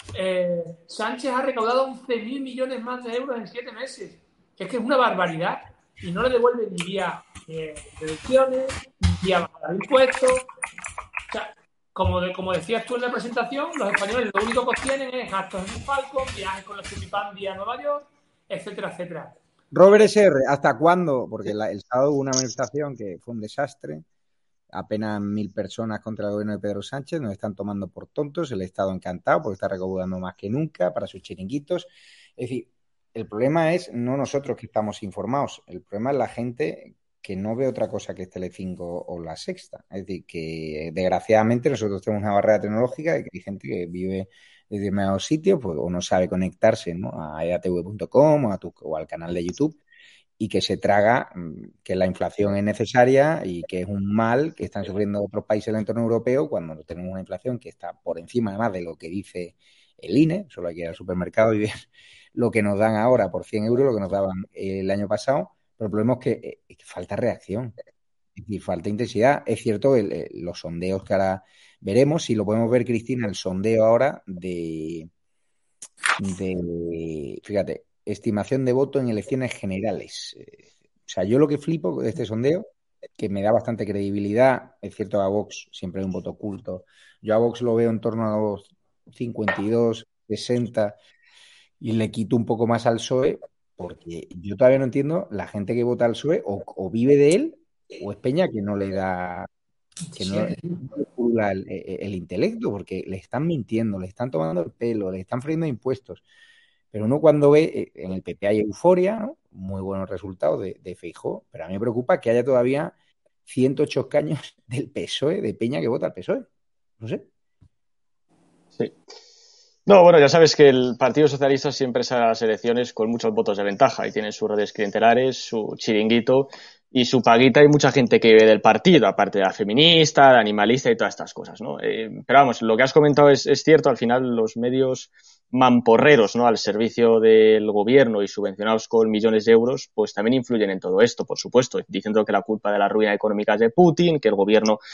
Sánchez ha recaudado 11.000 millones más de euros en 7 meses. Es que es una barbaridad y no le devuelve ni vía deducciones, ni vía bajada de impuestos. O sea, como decías tú en la presentación, los españoles lo único que tienen es gastos en un Falcon, viajes con los Chupipandi a Nueva York, etcétera, etcétera. Robert SR, ¿hasta cuándo? Porque el sábado hubo una manifestación que fue un desastre. Apenas 1.000 personas contra el gobierno de Pedro Sánchez. Nos están tomando por tontos. El Estado encantado porque está recaudando más que nunca para sus chiringuitos. Es decir, el problema es no nosotros que estamos informados. El problema es la gente que no ve otra cosa que Telecinco o La Sexta. Es decir, que desgraciadamente nosotros tenemos una barrera tecnológica y que hay gente que vive desde determinados sitios, pues, o no sabe conectarse, ¿no?, a eatv.com o al canal de YouTube, y que se traga que la inflación es necesaria y que es un mal que están sufriendo otros países del entorno europeo cuando tenemos una inflación que está por encima además de lo que dice el INE. Solo hay que ir al supermercado y ver lo que nos dan ahora por 100 euros, lo que nos daban el año pasado. Pero el problema es que falta reacción, es decir, falta intensidad. Es cierto, los sondeos que ahora veremos, si lo podemos ver, Cristina, el sondeo ahora fíjate, estimación de voto en elecciones generales. O sea, yo lo que flipo de este sondeo, que me da bastante credibilidad, es cierto que a Vox siempre hay un voto oculto. Yo a Vox lo veo en torno a los 52, 60 y le quito un poco más al PSOE, porque yo todavía no entiendo la gente que vota al PSOE o vive de él o es peña que no le da, que no le pula el intelecto, porque le están mintiendo, le están tomando el pelo, le están friendo impuestos. Pero uno cuando ve en el PP hay euforia, ¿no?, muy buenos resultados de Feijóo, pero a mí me preocupa que haya todavía 108 escaños del PSOE, de peña que vota al PSOE. No sé. Sí. No, bueno, ya sabes que el Partido Socialista siempre sale a las elecciones con muchos votos de ventaja y tiene sus redes clientelares, su chiringuito y su paguita. Hay mucha gente que vive del partido, aparte de la feminista, de animalista y todas estas cosas, ¿no? Pero vamos, lo que has comentado es cierto. Al final los medios mamporreros, ¿no?, al servicio del gobierno y subvencionados con millones de euros, pues también influyen en todo esto, por supuesto, diciendo que la culpa de la ruina económica es de Putin, que el gobierno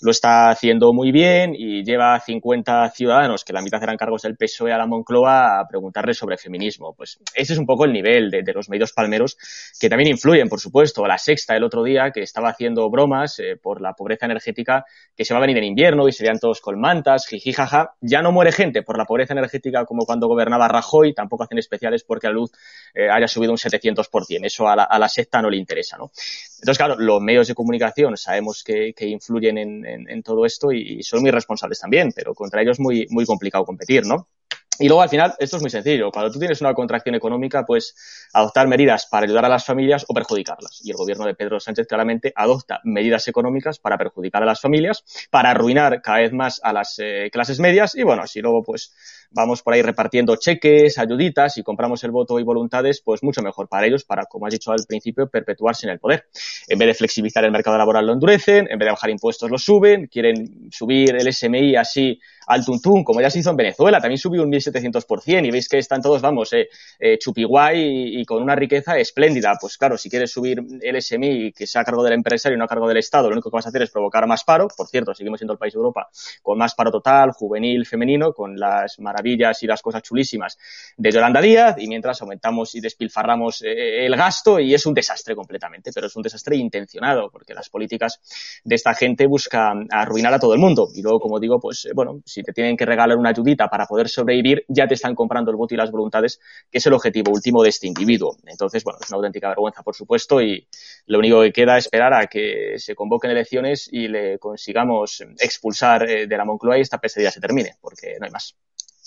lo está haciendo muy bien y lleva 50 ciudadanos, que la mitad eran cargos del PSOE, a la Moncloa a preguntarle sobre feminismo. Pues ese es un poco el nivel de los medios palmeros, que también influyen, por supuesto. La Sexta el otro día, que estaba haciendo bromas por la pobreza energética, que se va a venir en invierno y serían todos con mantas, jiji, jaja. Ya no muere gente por la pobreza energética como cuando gobernaba Rajoy, tampoco hacen especiales porque la luz haya subido un 700%. Eso a la Sexta no le interesa, ¿no? Entonces, claro, los medios de comunicación sabemos que influyen en todo esto y son muy responsables también, pero contra ellos es muy, muy complicado competir, ¿no? Y luego, al final, esto es muy sencillo. Cuando tú tienes una contracción económica, pues adoptar medidas para ayudar a las familias o perjudicarlas. Y el gobierno de Pedro Sánchez claramente adopta medidas económicas para perjudicar a las familias, para arruinar cada vez más a las clases medias. Y bueno, si luego pues vamos por ahí repartiendo cheques, ayuditas y compramos el voto y voluntades, pues mucho mejor para ellos, para, como has dicho al principio, perpetuarse en el poder. En vez de flexibilizar el mercado laboral lo endurecen, en vez de bajar impuestos lo suben, quieren subir el SMI así al tuntún, como ya se hizo en Venezuela, también subió un 1.700% y veis que están todos, vamos, chupiguay y con una riqueza espléndida. Pues claro, si quieres subir el SMI que sea a cargo del empresario y no a cargo del Estado, lo único que vas a hacer es provocar más paro. Por cierto, seguimos siendo el país de Europa con más paro total, juvenil, femenino, con las maravillas y las cosas chulísimas de Yolanda Díaz, y mientras aumentamos y despilfarramos el gasto, y es un desastre completamente, pero es un desastre intencionado, porque las políticas de esta gente buscan arruinar a todo el mundo. Y luego, como digo, pues bueno, si te tienen que regalar una ayudita para poder sobrevivir, ya te están comprando el voto y las voluntades, que es el objetivo último de este individuo. Entonces, bueno, es una auténtica vergüenza, por supuesto, y lo único que queda es esperar a que se convoquen elecciones y le consigamos expulsar de la Moncloa y esta pesadilla se termine, porque no hay más.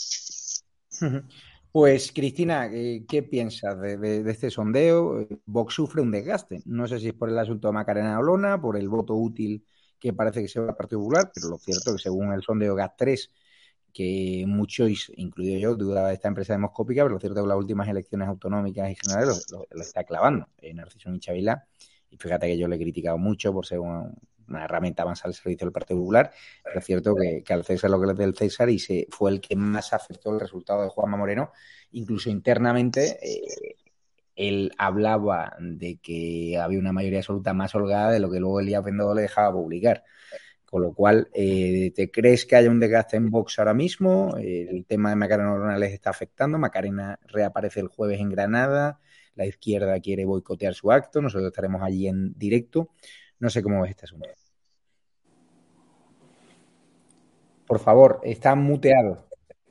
Pues, Cristina, ¿qué piensas de este sondeo? Vox sufre un desgaste. No sé si es por el asunto de Macarena Olona, por el voto útil que parece que se va a Partido Popular, pero lo cierto es que según el sondeo GAT3, que muchos, incluido yo, dudaba de esta empresa demoscópica, pero lo cierto es que las últimas elecciones autonómicas y generales lo está clavando Narciso Michavila. Y fíjate que yo le he criticado mucho por ser una herramienta más al servicio del Partido Popular, pero es cierto que al César lo que es del César, y fue el que más afectó el resultado de Juanma Moreno. Incluso internamente él hablaba de que había una mayoría absoluta más holgada de lo que luego Elías Bendodo le dejaba publicar. Con lo cual, ¿te crees que haya un desgaste en Vox ahora mismo? El tema de Macarena Olona les está afectando. Macarena reaparece el jueves en Granada. La izquierda quiere boicotear su acto. Nosotros estaremos allí en directo. No sé cómo ves este asunto. Por favor, está muteado.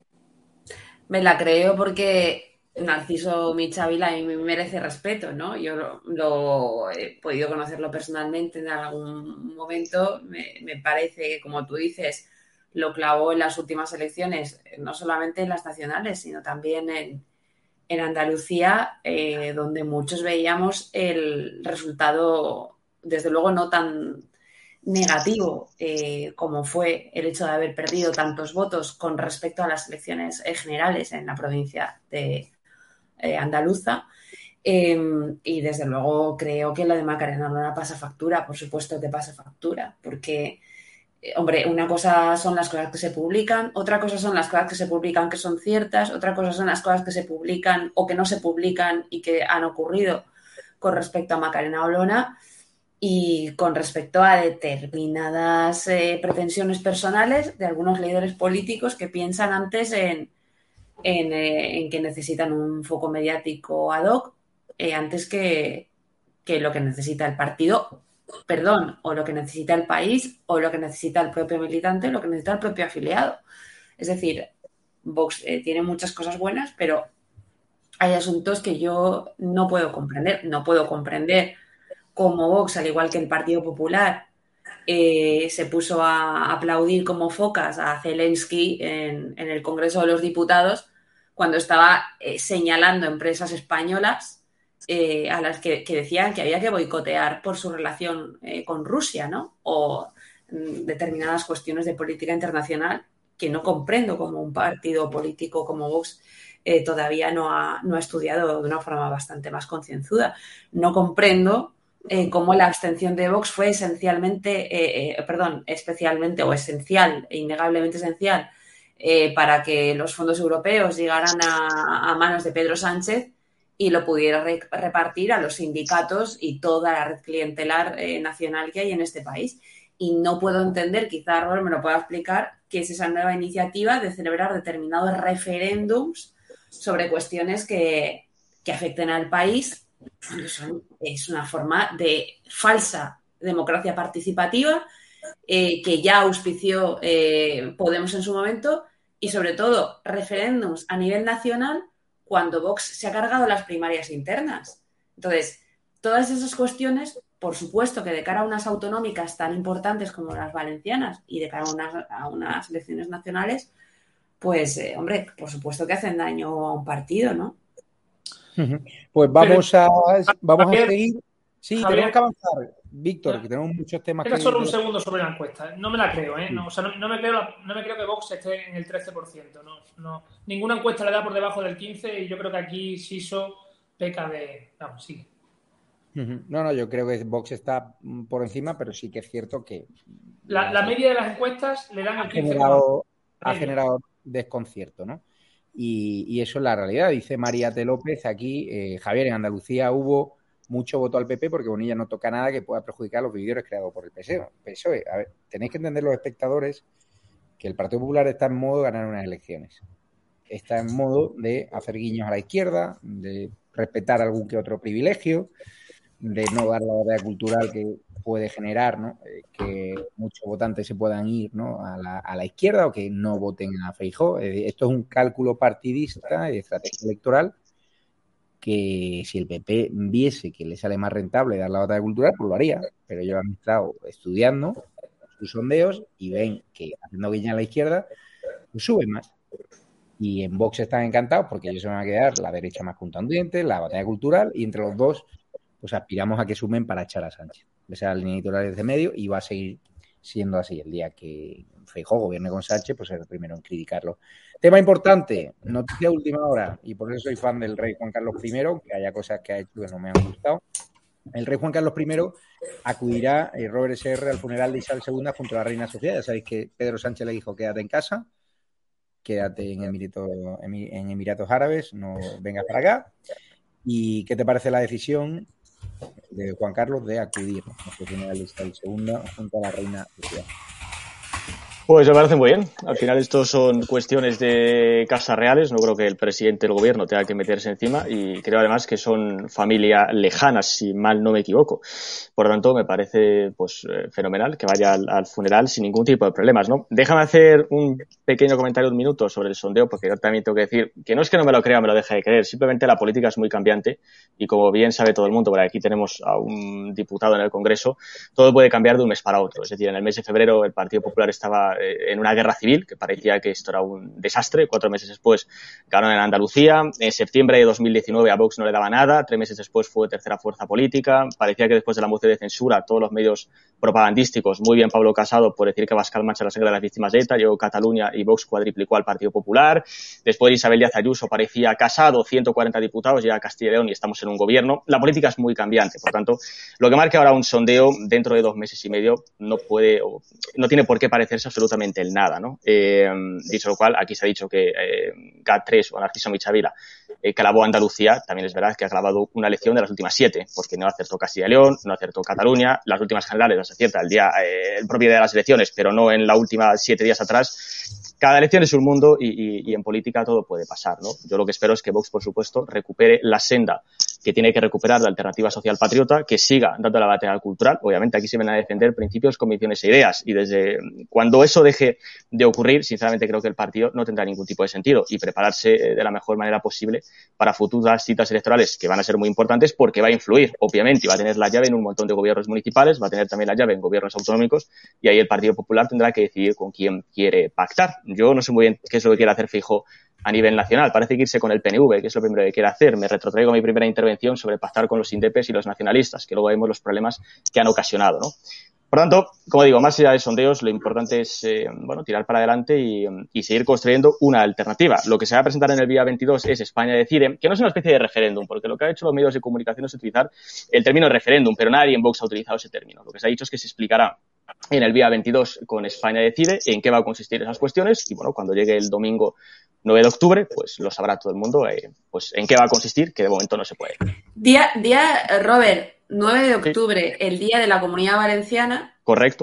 Me la creo porque Narciso Michavila a mí me merece respeto, ¿no? Yo lo he podido conocerlo personalmente en algún momento. Me parece que, como tú dices, lo clavó en las últimas elecciones, no solamente en las nacionales, sino también en Andalucía, donde muchos veíamos el resultado, desde luego, no tan negativo como fue el hecho de haber perdido tantos votos con respecto a las elecciones generales en la provincia de andaluza. Y desde luego creo que lo de Macarena Olona pasa factura, por supuesto que pasa factura, porque, hombre, una cosa son las cosas que se publican, otra cosa son las cosas que se publican que son ciertas, otra cosa son las cosas que se publican o que no se publican y que han ocurrido con respecto a Macarena Olona. Y con respecto a determinadas pretensiones personales de algunos líderes políticos que piensan antes en que necesitan un foco mediático ad hoc antes que lo que necesita el partido, o lo que necesita el país, o lo que necesita el propio militante, o lo que necesita el propio afiliado. Es decir, Vox tiene muchas cosas buenas, pero hay asuntos que yo no puedo comprender. No puedo comprender cómo Vox, al igual que el Partido Popular, se puso a aplaudir como focas a Zelensky en el Congreso de los Diputados cuando estaba señalando empresas españolas a las que decían que había que boicotear por su relación con Rusia, ¿no? O determinadas cuestiones de política internacional que no comprendo como un partido político como Vox todavía no ha estudiado de una forma bastante más concienzuda. No comprendo cómo la abstención de Vox fue especialmente o esencial e innegablemente esencial para que los fondos europeos llegaran a manos de Pedro Sánchez y lo pudiera repartir a los sindicatos y toda la red clientelar nacional que hay en este país. y no puedo entender, quizá Robert me lo pueda explicar, qué es esa nueva iniciativa de celebrar determinados referéndums sobre cuestiones que afecten al país. Es una forma de falsa democracia participativa que ya auspició Podemos en su momento, y sobre todo referéndums a nivel nacional cuando Vox se ha cargado las primarias internas. Entonces, todas esas cuestiones, por supuesto que de cara a unas autonómicas tan importantes como las valencianas y de cara a unas elecciones nacionales, pues, hombre, por supuesto que hacen daño a un partido, ¿no? Pues vamos a seguir. Sí, Javier, tenemos que avanzar, Víctor, que tenemos muchos temas Espera que... solo un segundo sobre la encuesta. No me la creo, ¿eh? No, o sea, no me creo que Vox esté en el 13%. No. Ninguna encuesta le da por debajo del 15% y yo creo que aquí Siso peca de... Vamos, sigue. No, yo creo que Vox está por encima, pero sí que es cierto que... La media de las encuestas le dan el 15%. Ha generado desconcierto, ¿no? Y eso es la realidad. Dice María T. López aquí, Javier, en Andalucía hubo mucho voto al PP porque Bonilla no toca nada que pueda perjudicar los vividores creados por el PSOE. A ver, tenéis que entender los espectadores que el Partido Popular está en modo de ganar unas elecciones. Está en modo de hacer guiños a la izquierda, de respetar algún que otro privilegio, de no dar la batalla cultural que puede generar, ¿no? Que muchos votantes se puedan ir, ¿no? a la izquierda o que no voten a Feijóo. Esto es un cálculo partidista y estrategia electoral que si el PP viese que le sale más rentable dar la batalla cultural, pues lo haría. Pero ellos han estado estudiando sus sondeos y ven que haciendo guiña a la izquierda pues sube más. Y en Vox están encantados porque ellos se van a quedar la derecha más contundente, la batalla cultural, y entre los dos pues aspiramos a que sumen para echar a Sánchez. Esa es la línea editorial de medio y va a seguir siendo así. El día que Feijóo gobierne con Sánchez, pues será el primero en criticarlo. Tema importante, noticia de última hora, y por eso soy fan del rey Juan Carlos I, que haya cosas que ha hecho que no me han gustado. El rey Juan Carlos I acudirá, Robert S.R., al funeral de Isabel II junto a la reina Sofía. Ya sabéis que Pedro Sánchez le dijo, quédate en casa, quédate en Emiratos Árabes, no vengas para acá. ¿Y qué te parece la decisión de Juan Carlos de acudir al funeral de Isabel II junto a la reina Sofía? Pues me parece muy bien. Al final estos son cuestiones de casas reales. No creo que el presidente del gobierno tenga que meterse encima y creo además que son familia lejana, si mal no me equivoco. Por lo tanto, me parece pues fenomenal que vaya al funeral sin ningún tipo de problemas, ¿no? Déjame hacer un pequeño comentario de un minuto sobre el sondeo, porque yo también tengo que decir que no es que no me lo crea, me lo deje de creer. Simplemente la política es muy cambiante y como bien sabe todo el mundo, porque aquí tenemos a un diputado en el Congreso, todo puede cambiar de un mes para otro. Es decir, en el mes de febrero el Partido Popular estaba en una guerra civil, que parecía que esto era un desastre. 4 meses después ganaron en Andalucía. En septiembre de 2019 a Vox no le daba nada. 3 meses después fue tercera fuerza política. Parecía que después de la moción de censura, todos los medios propagandísticos, muy bien Pablo Casado por decir que Abascal mancha la sangre de las víctimas de ETA, llegó Cataluña y Vox cuadriplicó al Partido Popular. Después Isabel Díaz Ayuso parecía Casado, 140 diputados, llega a Castilla y León y estamos en un gobierno. La política es muy cambiante. Por tanto, lo que marca ahora un sondeo dentro de 2 meses y medio no puede, o no tiene por qué parecerse absolutamente el nada, ¿no? Dicho lo cual, aquí se ha dicho que GAT3 o Narciso Michavila clavó Andalucía. También es verdad que ha clavado una elección de las últimas 7, porque no acertó Castilla y León, no acertó Cataluña, las últimas generales las acierta el propio día de las elecciones, pero no en la última 7 días atrás. Cada elección es un mundo y en política todo puede pasar, ¿no? Yo lo que espero es que Vox, por supuesto, recupere la senda que tiene que recuperar la alternativa social patriota, que siga dando la batalla cultural. Obviamente aquí se van a defender principios, convicciones e ideas, y desde cuando eso deje de ocurrir, sinceramente creo que el partido no tendrá ningún tipo de sentido, y prepararse de la mejor manera posible para futuras citas electorales que van a ser muy importantes, porque va a influir, obviamente, y va a tener la llave en un montón de gobiernos municipales, va a tener también la llave en gobiernos autonómicos, y ahí el Partido Popular tendrá que decidir con quién quiere pactar. Yo no sé muy bien qué es lo que quiere hacer Feijóo a nivel nacional. Parece que irse con el PNV, que es lo primero que quiere hacer. Me retrotraigo a mi primera intervención sobre pactar con los indepes y los nacionalistas, que luego vemos los problemas que han ocasionado, ¿no? Por tanto, como digo, más allá de sondeos, lo importante es tirar para adelante y seguir construyendo una alternativa. Lo que se va a presentar en el día 22 es España Decide, que no es una especie de referéndum, porque lo que han hecho los medios de comunicación es utilizar el término referéndum, pero nadie en Vox ha utilizado ese término. Lo que se ha dicho es que se explicará en el día 22 con España Decide en qué va a consistir esas cuestiones, y bueno, cuando llegue el domingo 9 de octubre, pues lo sabrá todo el mundo, pues en qué va a consistir, que de momento no se puede. Robert, 9 de octubre, el día de la Comunidad Valenciana. Correcto.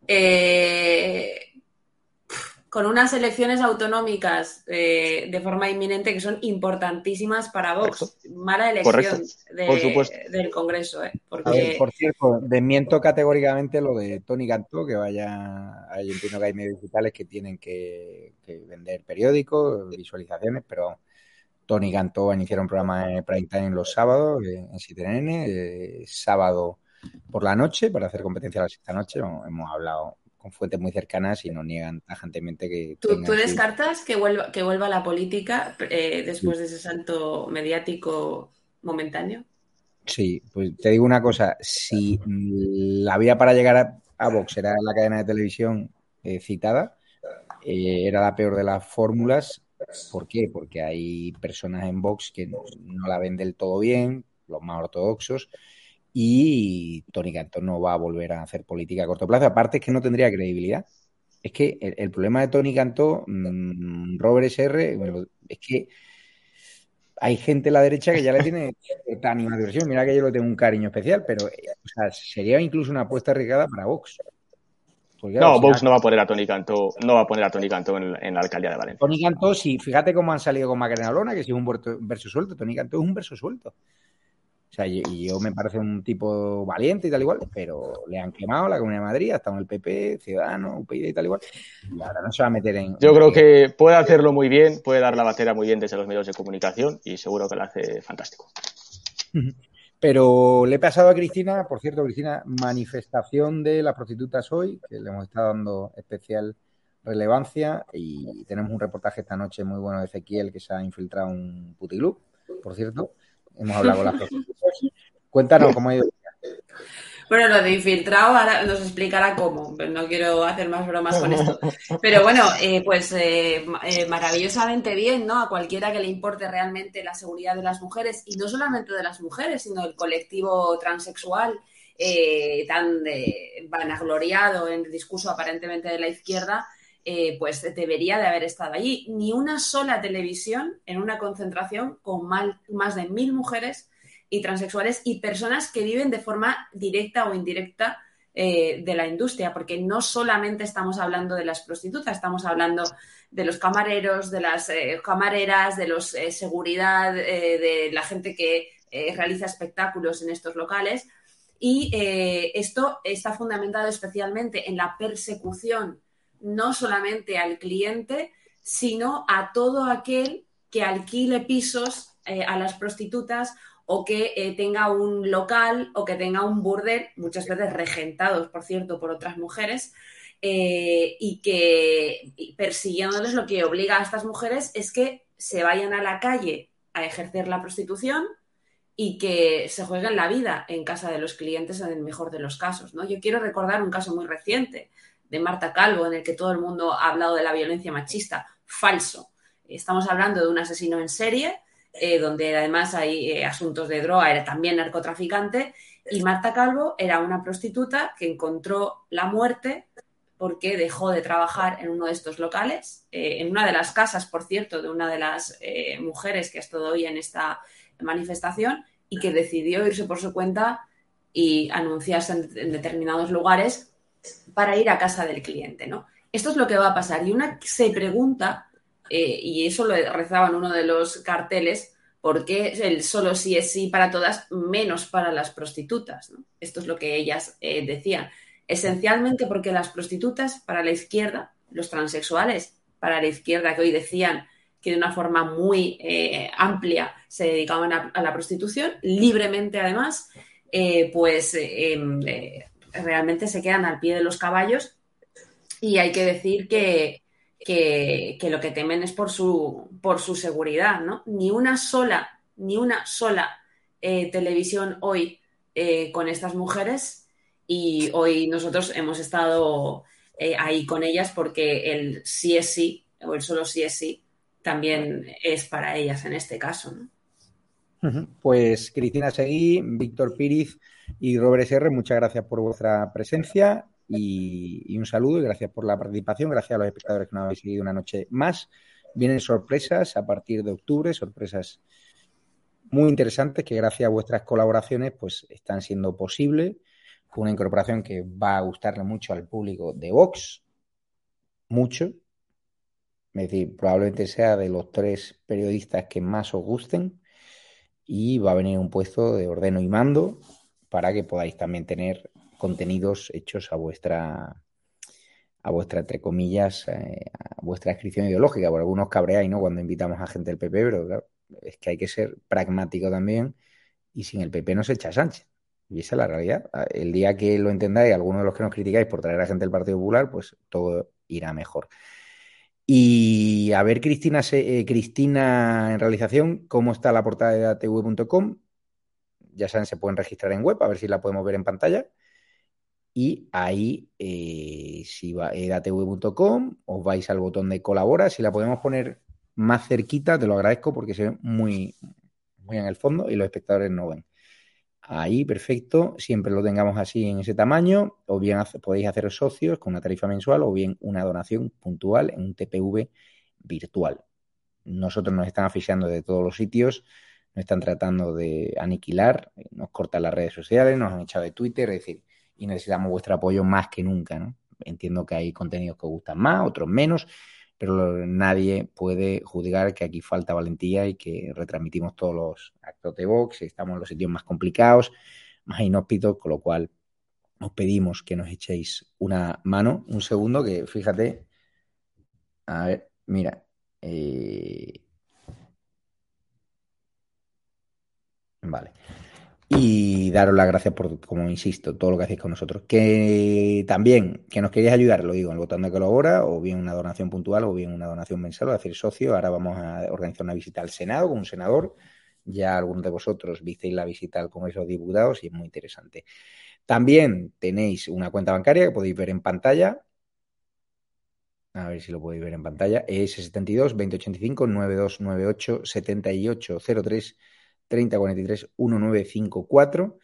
Con unas elecciones autonómicas de forma inminente que son importantísimas para Vox. Correcto. Mala elección Por supuesto. del Congreso. Porque... A ver, por cierto, desmiento categóricamente lo de Toni Cantó, que vaya, yo entiendo que hay medios digitales que tienen que vender periódicos, visualizaciones, pero Toni Cantó va a iniciar un programa de prime time los sábados en 7NN, sábado por la noche, para hacer competencia a las 6 de la noche. Hemos hablado con fuentes muy cercanas y nos niegan tajantemente que... ¿Tú descartas que vuelva a la política después de ese salto mediático momentáneo? Sí, pues te digo una cosa, si la vía para llegar a Vox era la cadena de televisión citada, era la peor de las fórmulas. ¿Por qué? Porque hay personas en Vox que no la ven del todo bien, los más ortodoxos, y Toni Cantó no va a volver a hacer política a corto plazo. Aparte es que no tendría credibilidad. Es que el problema de Toni Cantó, Robert SR, es que hay gente en la derecha que ya le tiene tan animadversión. Mira que yo le tengo un cariño especial, pero o sea, sería incluso una apuesta arriesgada para Vox. Porque, claro, Vox no va a poner a Toni Cantó, en la alcaldía de Valencia. Toni Cantó, sí, fíjate cómo han salido con Macarena Olona, que si es un verso suelto, Toni Cantó es un verso suelto. O sea, yo me parece un tipo valiente y tal igual, pero le han quemado la Comunidad de Madrid, ha estado en el PP, Ciudadanos, UPyD y tal igual, y ahora no se va a meter en... Yo creo que puede hacerlo muy bien, puede dar la batera muy bien desde los medios de comunicación y seguro que lo hace fantástico. Pero le he pasado a Cristina, por cierto, Cristina, manifestación de las prostitutas hoy, que le hemos estado dando especial relevancia, y tenemos un reportaje esta noche muy bueno de Ezequiel, que se ha infiltrado en un puticlub, por cierto. Hemos hablado con las prostitutas. Cuéntanos cómo ha ido. Bueno, lo de infiltrado ahora nos explicará cómo. No quiero hacer más bromas con esto. Pero bueno, maravillosamente bien, ¿no? A cualquiera que le importe realmente la seguridad de las mujeres, y no solamente de las mujeres, sino del colectivo transexual, tan vanagloriado en el discurso aparentemente de la izquierda, pues debería de haber estado allí. Ni una sola televisión en una concentración con más de 1.000 mujeres y transexuales y personas que viven de forma directa o indirecta de la industria, porque no solamente estamos hablando de las prostitutas, estamos hablando de los camareros, de las camareras, de los seguridad, de la gente que realiza espectáculos en estos locales, y esto está fundamentado especialmente en la persecución no solamente al cliente, sino a todo aquel que alquile pisos a las prostitutas o que tenga un local o que tenga un burdel, muchas veces regentados, por cierto, por otras mujeres, y que persiguiéndoles lo que obliga a estas mujeres es que se vayan a la calle a ejercer la prostitución y que se jueguen la vida en casa de los clientes en el mejor de los casos, ¿no? Yo quiero recordar un caso muy reciente de Marta Calvo, en el que todo el mundo ha hablado de la violencia machista. Falso. Estamos hablando de un asesino en serie, donde además hay asuntos de droga, era también narcotraficante, y Marta Calvo era una prostituta que encontró la muerte porque dejó de trabajar en uno de estos locales, en una de las casas, por cierto, de una de las mujeres que ha estado hoy en esta manifestación, y que decidió irse por su cuenta y anunciarse en determinados lugares para ir a casa del cliente, ¿no? Esto es lo que va a pasar. Y una se pregunta, y eso lo rezaba en uno de los carteles, ¿por qué el solo sí es sí para todas, menos para las prostitutas, ¿no? Esto es lo que ellas decían. Esencialmente porque las prostitutas, para la izquierda, los transexuales, para la izquierda, que hoy decían que de una forma muy amplia se dedicaban a la prostitución, libremente además, realmente se quedan al pie de los caballos, y hay que decir que lo que temen es por su seguridad, ¿no? Ni una sola televisión hoy con estas mujeres, y hoy nosotros hemos estado ahí con ellas porque el sí es sí o el solo sí es sí también es para ellas en este caso, ¿no? Pues Cristina Seguí, Víctor Píriz y Robert SR, muchas gracias por vuestra presencia y un saludo, y gracias por la participación. Gracias a los espectadores que nos habéis seguido una noche más. Vienen sorpresas a partir de octubre, sorpresas muy interesantes que gracias a vuestras colaboraciones pues están siendo posibles. una incorporación que va a gustarle mucho al público de Vox, mucho. Es decir, probablemente sea de los 3 periodistas que más os gusten, y va a venir un puesto de ordeno y mando para que podáis también tener contenidos hechos a vuestra, entre comillas, a vuestra descripción ideológica. Por algunos cabreáis, ¿no?, cuando invitamos a gente del PP, pero claro, es que hay que ser pragmático también, y sin el PP no se echa Sánchez. Y esa es la realidad. El día que lo entendáis, algunos de los que nos criticáis por traer a gente del Partido Popular, pues todo irá mejor. Y a ver, Cristina en realización, cómo está la portada de edatv.com. Ya saben, se pueden registrar en web, a ver si la podemos ver en pantalla. Y ahí, si va a edatv.com, os vais al botón de colabora. Si la podemos poner más cerquita, te lo agradezco, porque se ve muy, muy en el fondo y los espectadores no ven. Ahí, perfecto. Siempre lo tengamos así en ese tamaño. O bien podéis haceros socios con una tarifa mensual, o bien una donación puntual en un TPV virtual. Nosotros nos están asfixiando de todos los sitios, nos están tratando de aniquilar, nos cortan las redes sociales, nos han echado de Twitter, es decir, y necesitamos vuestro apoyo más que nunca, ¿no? Entiendo que hay contenidos que os gustan más, otros menos, pero nadie puede juzgar que aquí falta valentía y que retransmitimos todos los actos de Vox, estamos en los sitios más complicados, más inhóspitos, con lo cual os pedimos que nos echéis una mano. Un segundo, que fíjate, a ver, mira, vale. Y daros las gracias por, como insisto, todo lo que hacéis con nosotros. Que también, que nos queréis ayudar, lo digo, en el botón de colabora, o bien una donación puntual, o bien una donación mensual, o hacer socio. Ahora vamos a organizar una visita al Senado con un senador. Ya algunos de vosotros visteis la visita al Congreso de los Diputados y es muy interesante. También tenéis una cuenta bancaria que podéis ver en pantalla. A ver si lo podéis ver en pantalla. Es 72 2085 9298 7803 3043 1954,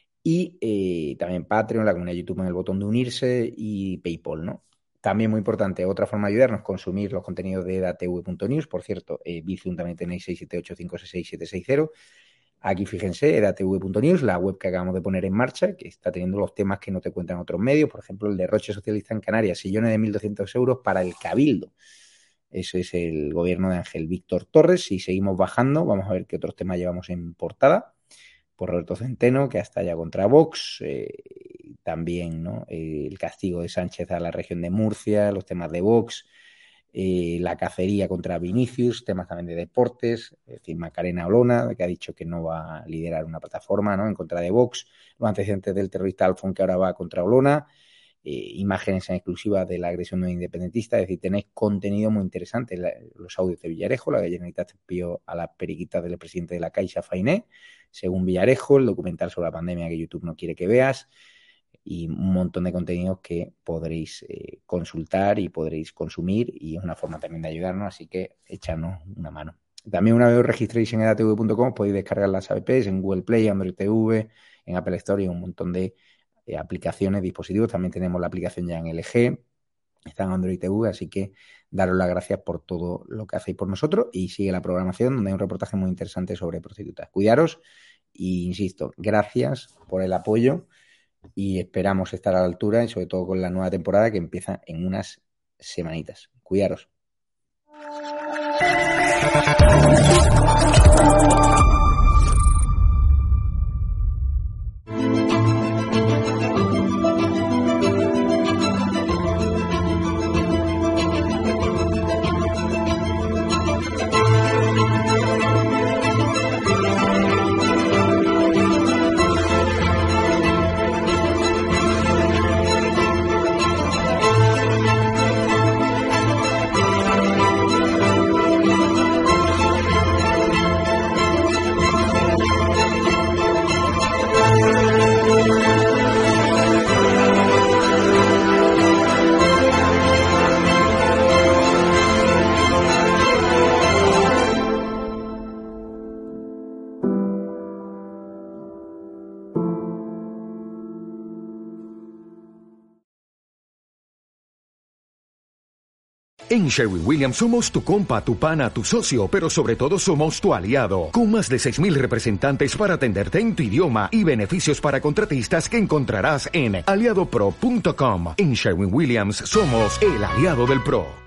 y también Patreon, la comunidad de YouTube en el botón de unirse, y PayPal, ¿no? También muy importante, otra forma de ayudarnos, consumir los contenidos de edatv.news. Por cierto, Bizum también tenéis 678566760. Aquí fíjense, edatv.news, la web que acabamos de poner en marcha, que está teniendo los temas que no te cuentan otros medios, por ejemplo, el derroche socialista en Canarias, sillones de 1.200 euros para el Cabildo. Ese es el gobierno de Ángel Víctor Torres. Si seguimos bajando, vamos a ver qué otros temas llevamos en portada. Por Roberto Centeno, que hasta allá contra Vox. También, ¿no?, el castigo de Sánchez a la región de Murcia, los temas de Vox, la cacería contra Vinicius, temas también de deportes, es decir, Macarena Olona, que ha dicho que no va a liderar una plataforma, ¿no?, en contra de Vox, los antecedentes del terrorista Alfón, que ahora va contra Olona. Imágenes en exclusiva de la agresión de un independentista, es decir, tenéis contenido muy interesante, los audios de Villarejo, la Generalitat espió a las periquitas del presidente de la Caixa, Fainé, según Villarejo, el documental sobre la pandemia que YouTube no quiere que veas, y un montón de contenidos que podréis consultar y podréis consumir, y es una forma también de ayudarnos, así que echadnos una mano. También, una vez os registréis en edatv.com, podéis descargar las apps en Google Play, Android TV, en Apple Store y un montón de aplicaciones, dispositivos. También tenemos la aplicación ya en LG, está en Android TV, así que daros las gracias por todo lo que hacéis por nosotros, y sigue la programación, donde hay un reportaje muy interesante sobre prostitutas. Cuidaros y, insisto, gracias por el apoyo, y esperamos estar a la altura, y sobre todo con la nueva temporada que empieza en unas semanitas. Cuidaros. En Sherwin-Williams somos tu compa, tu pana, tu socio, pero sobre todo somos tu aliado, con más de 6,000 representantes para atenderte en tu idioma y beneficios para contratistas que encontrarás en aliadopro.com. En Sherwin-Williams somos el aliado del pro.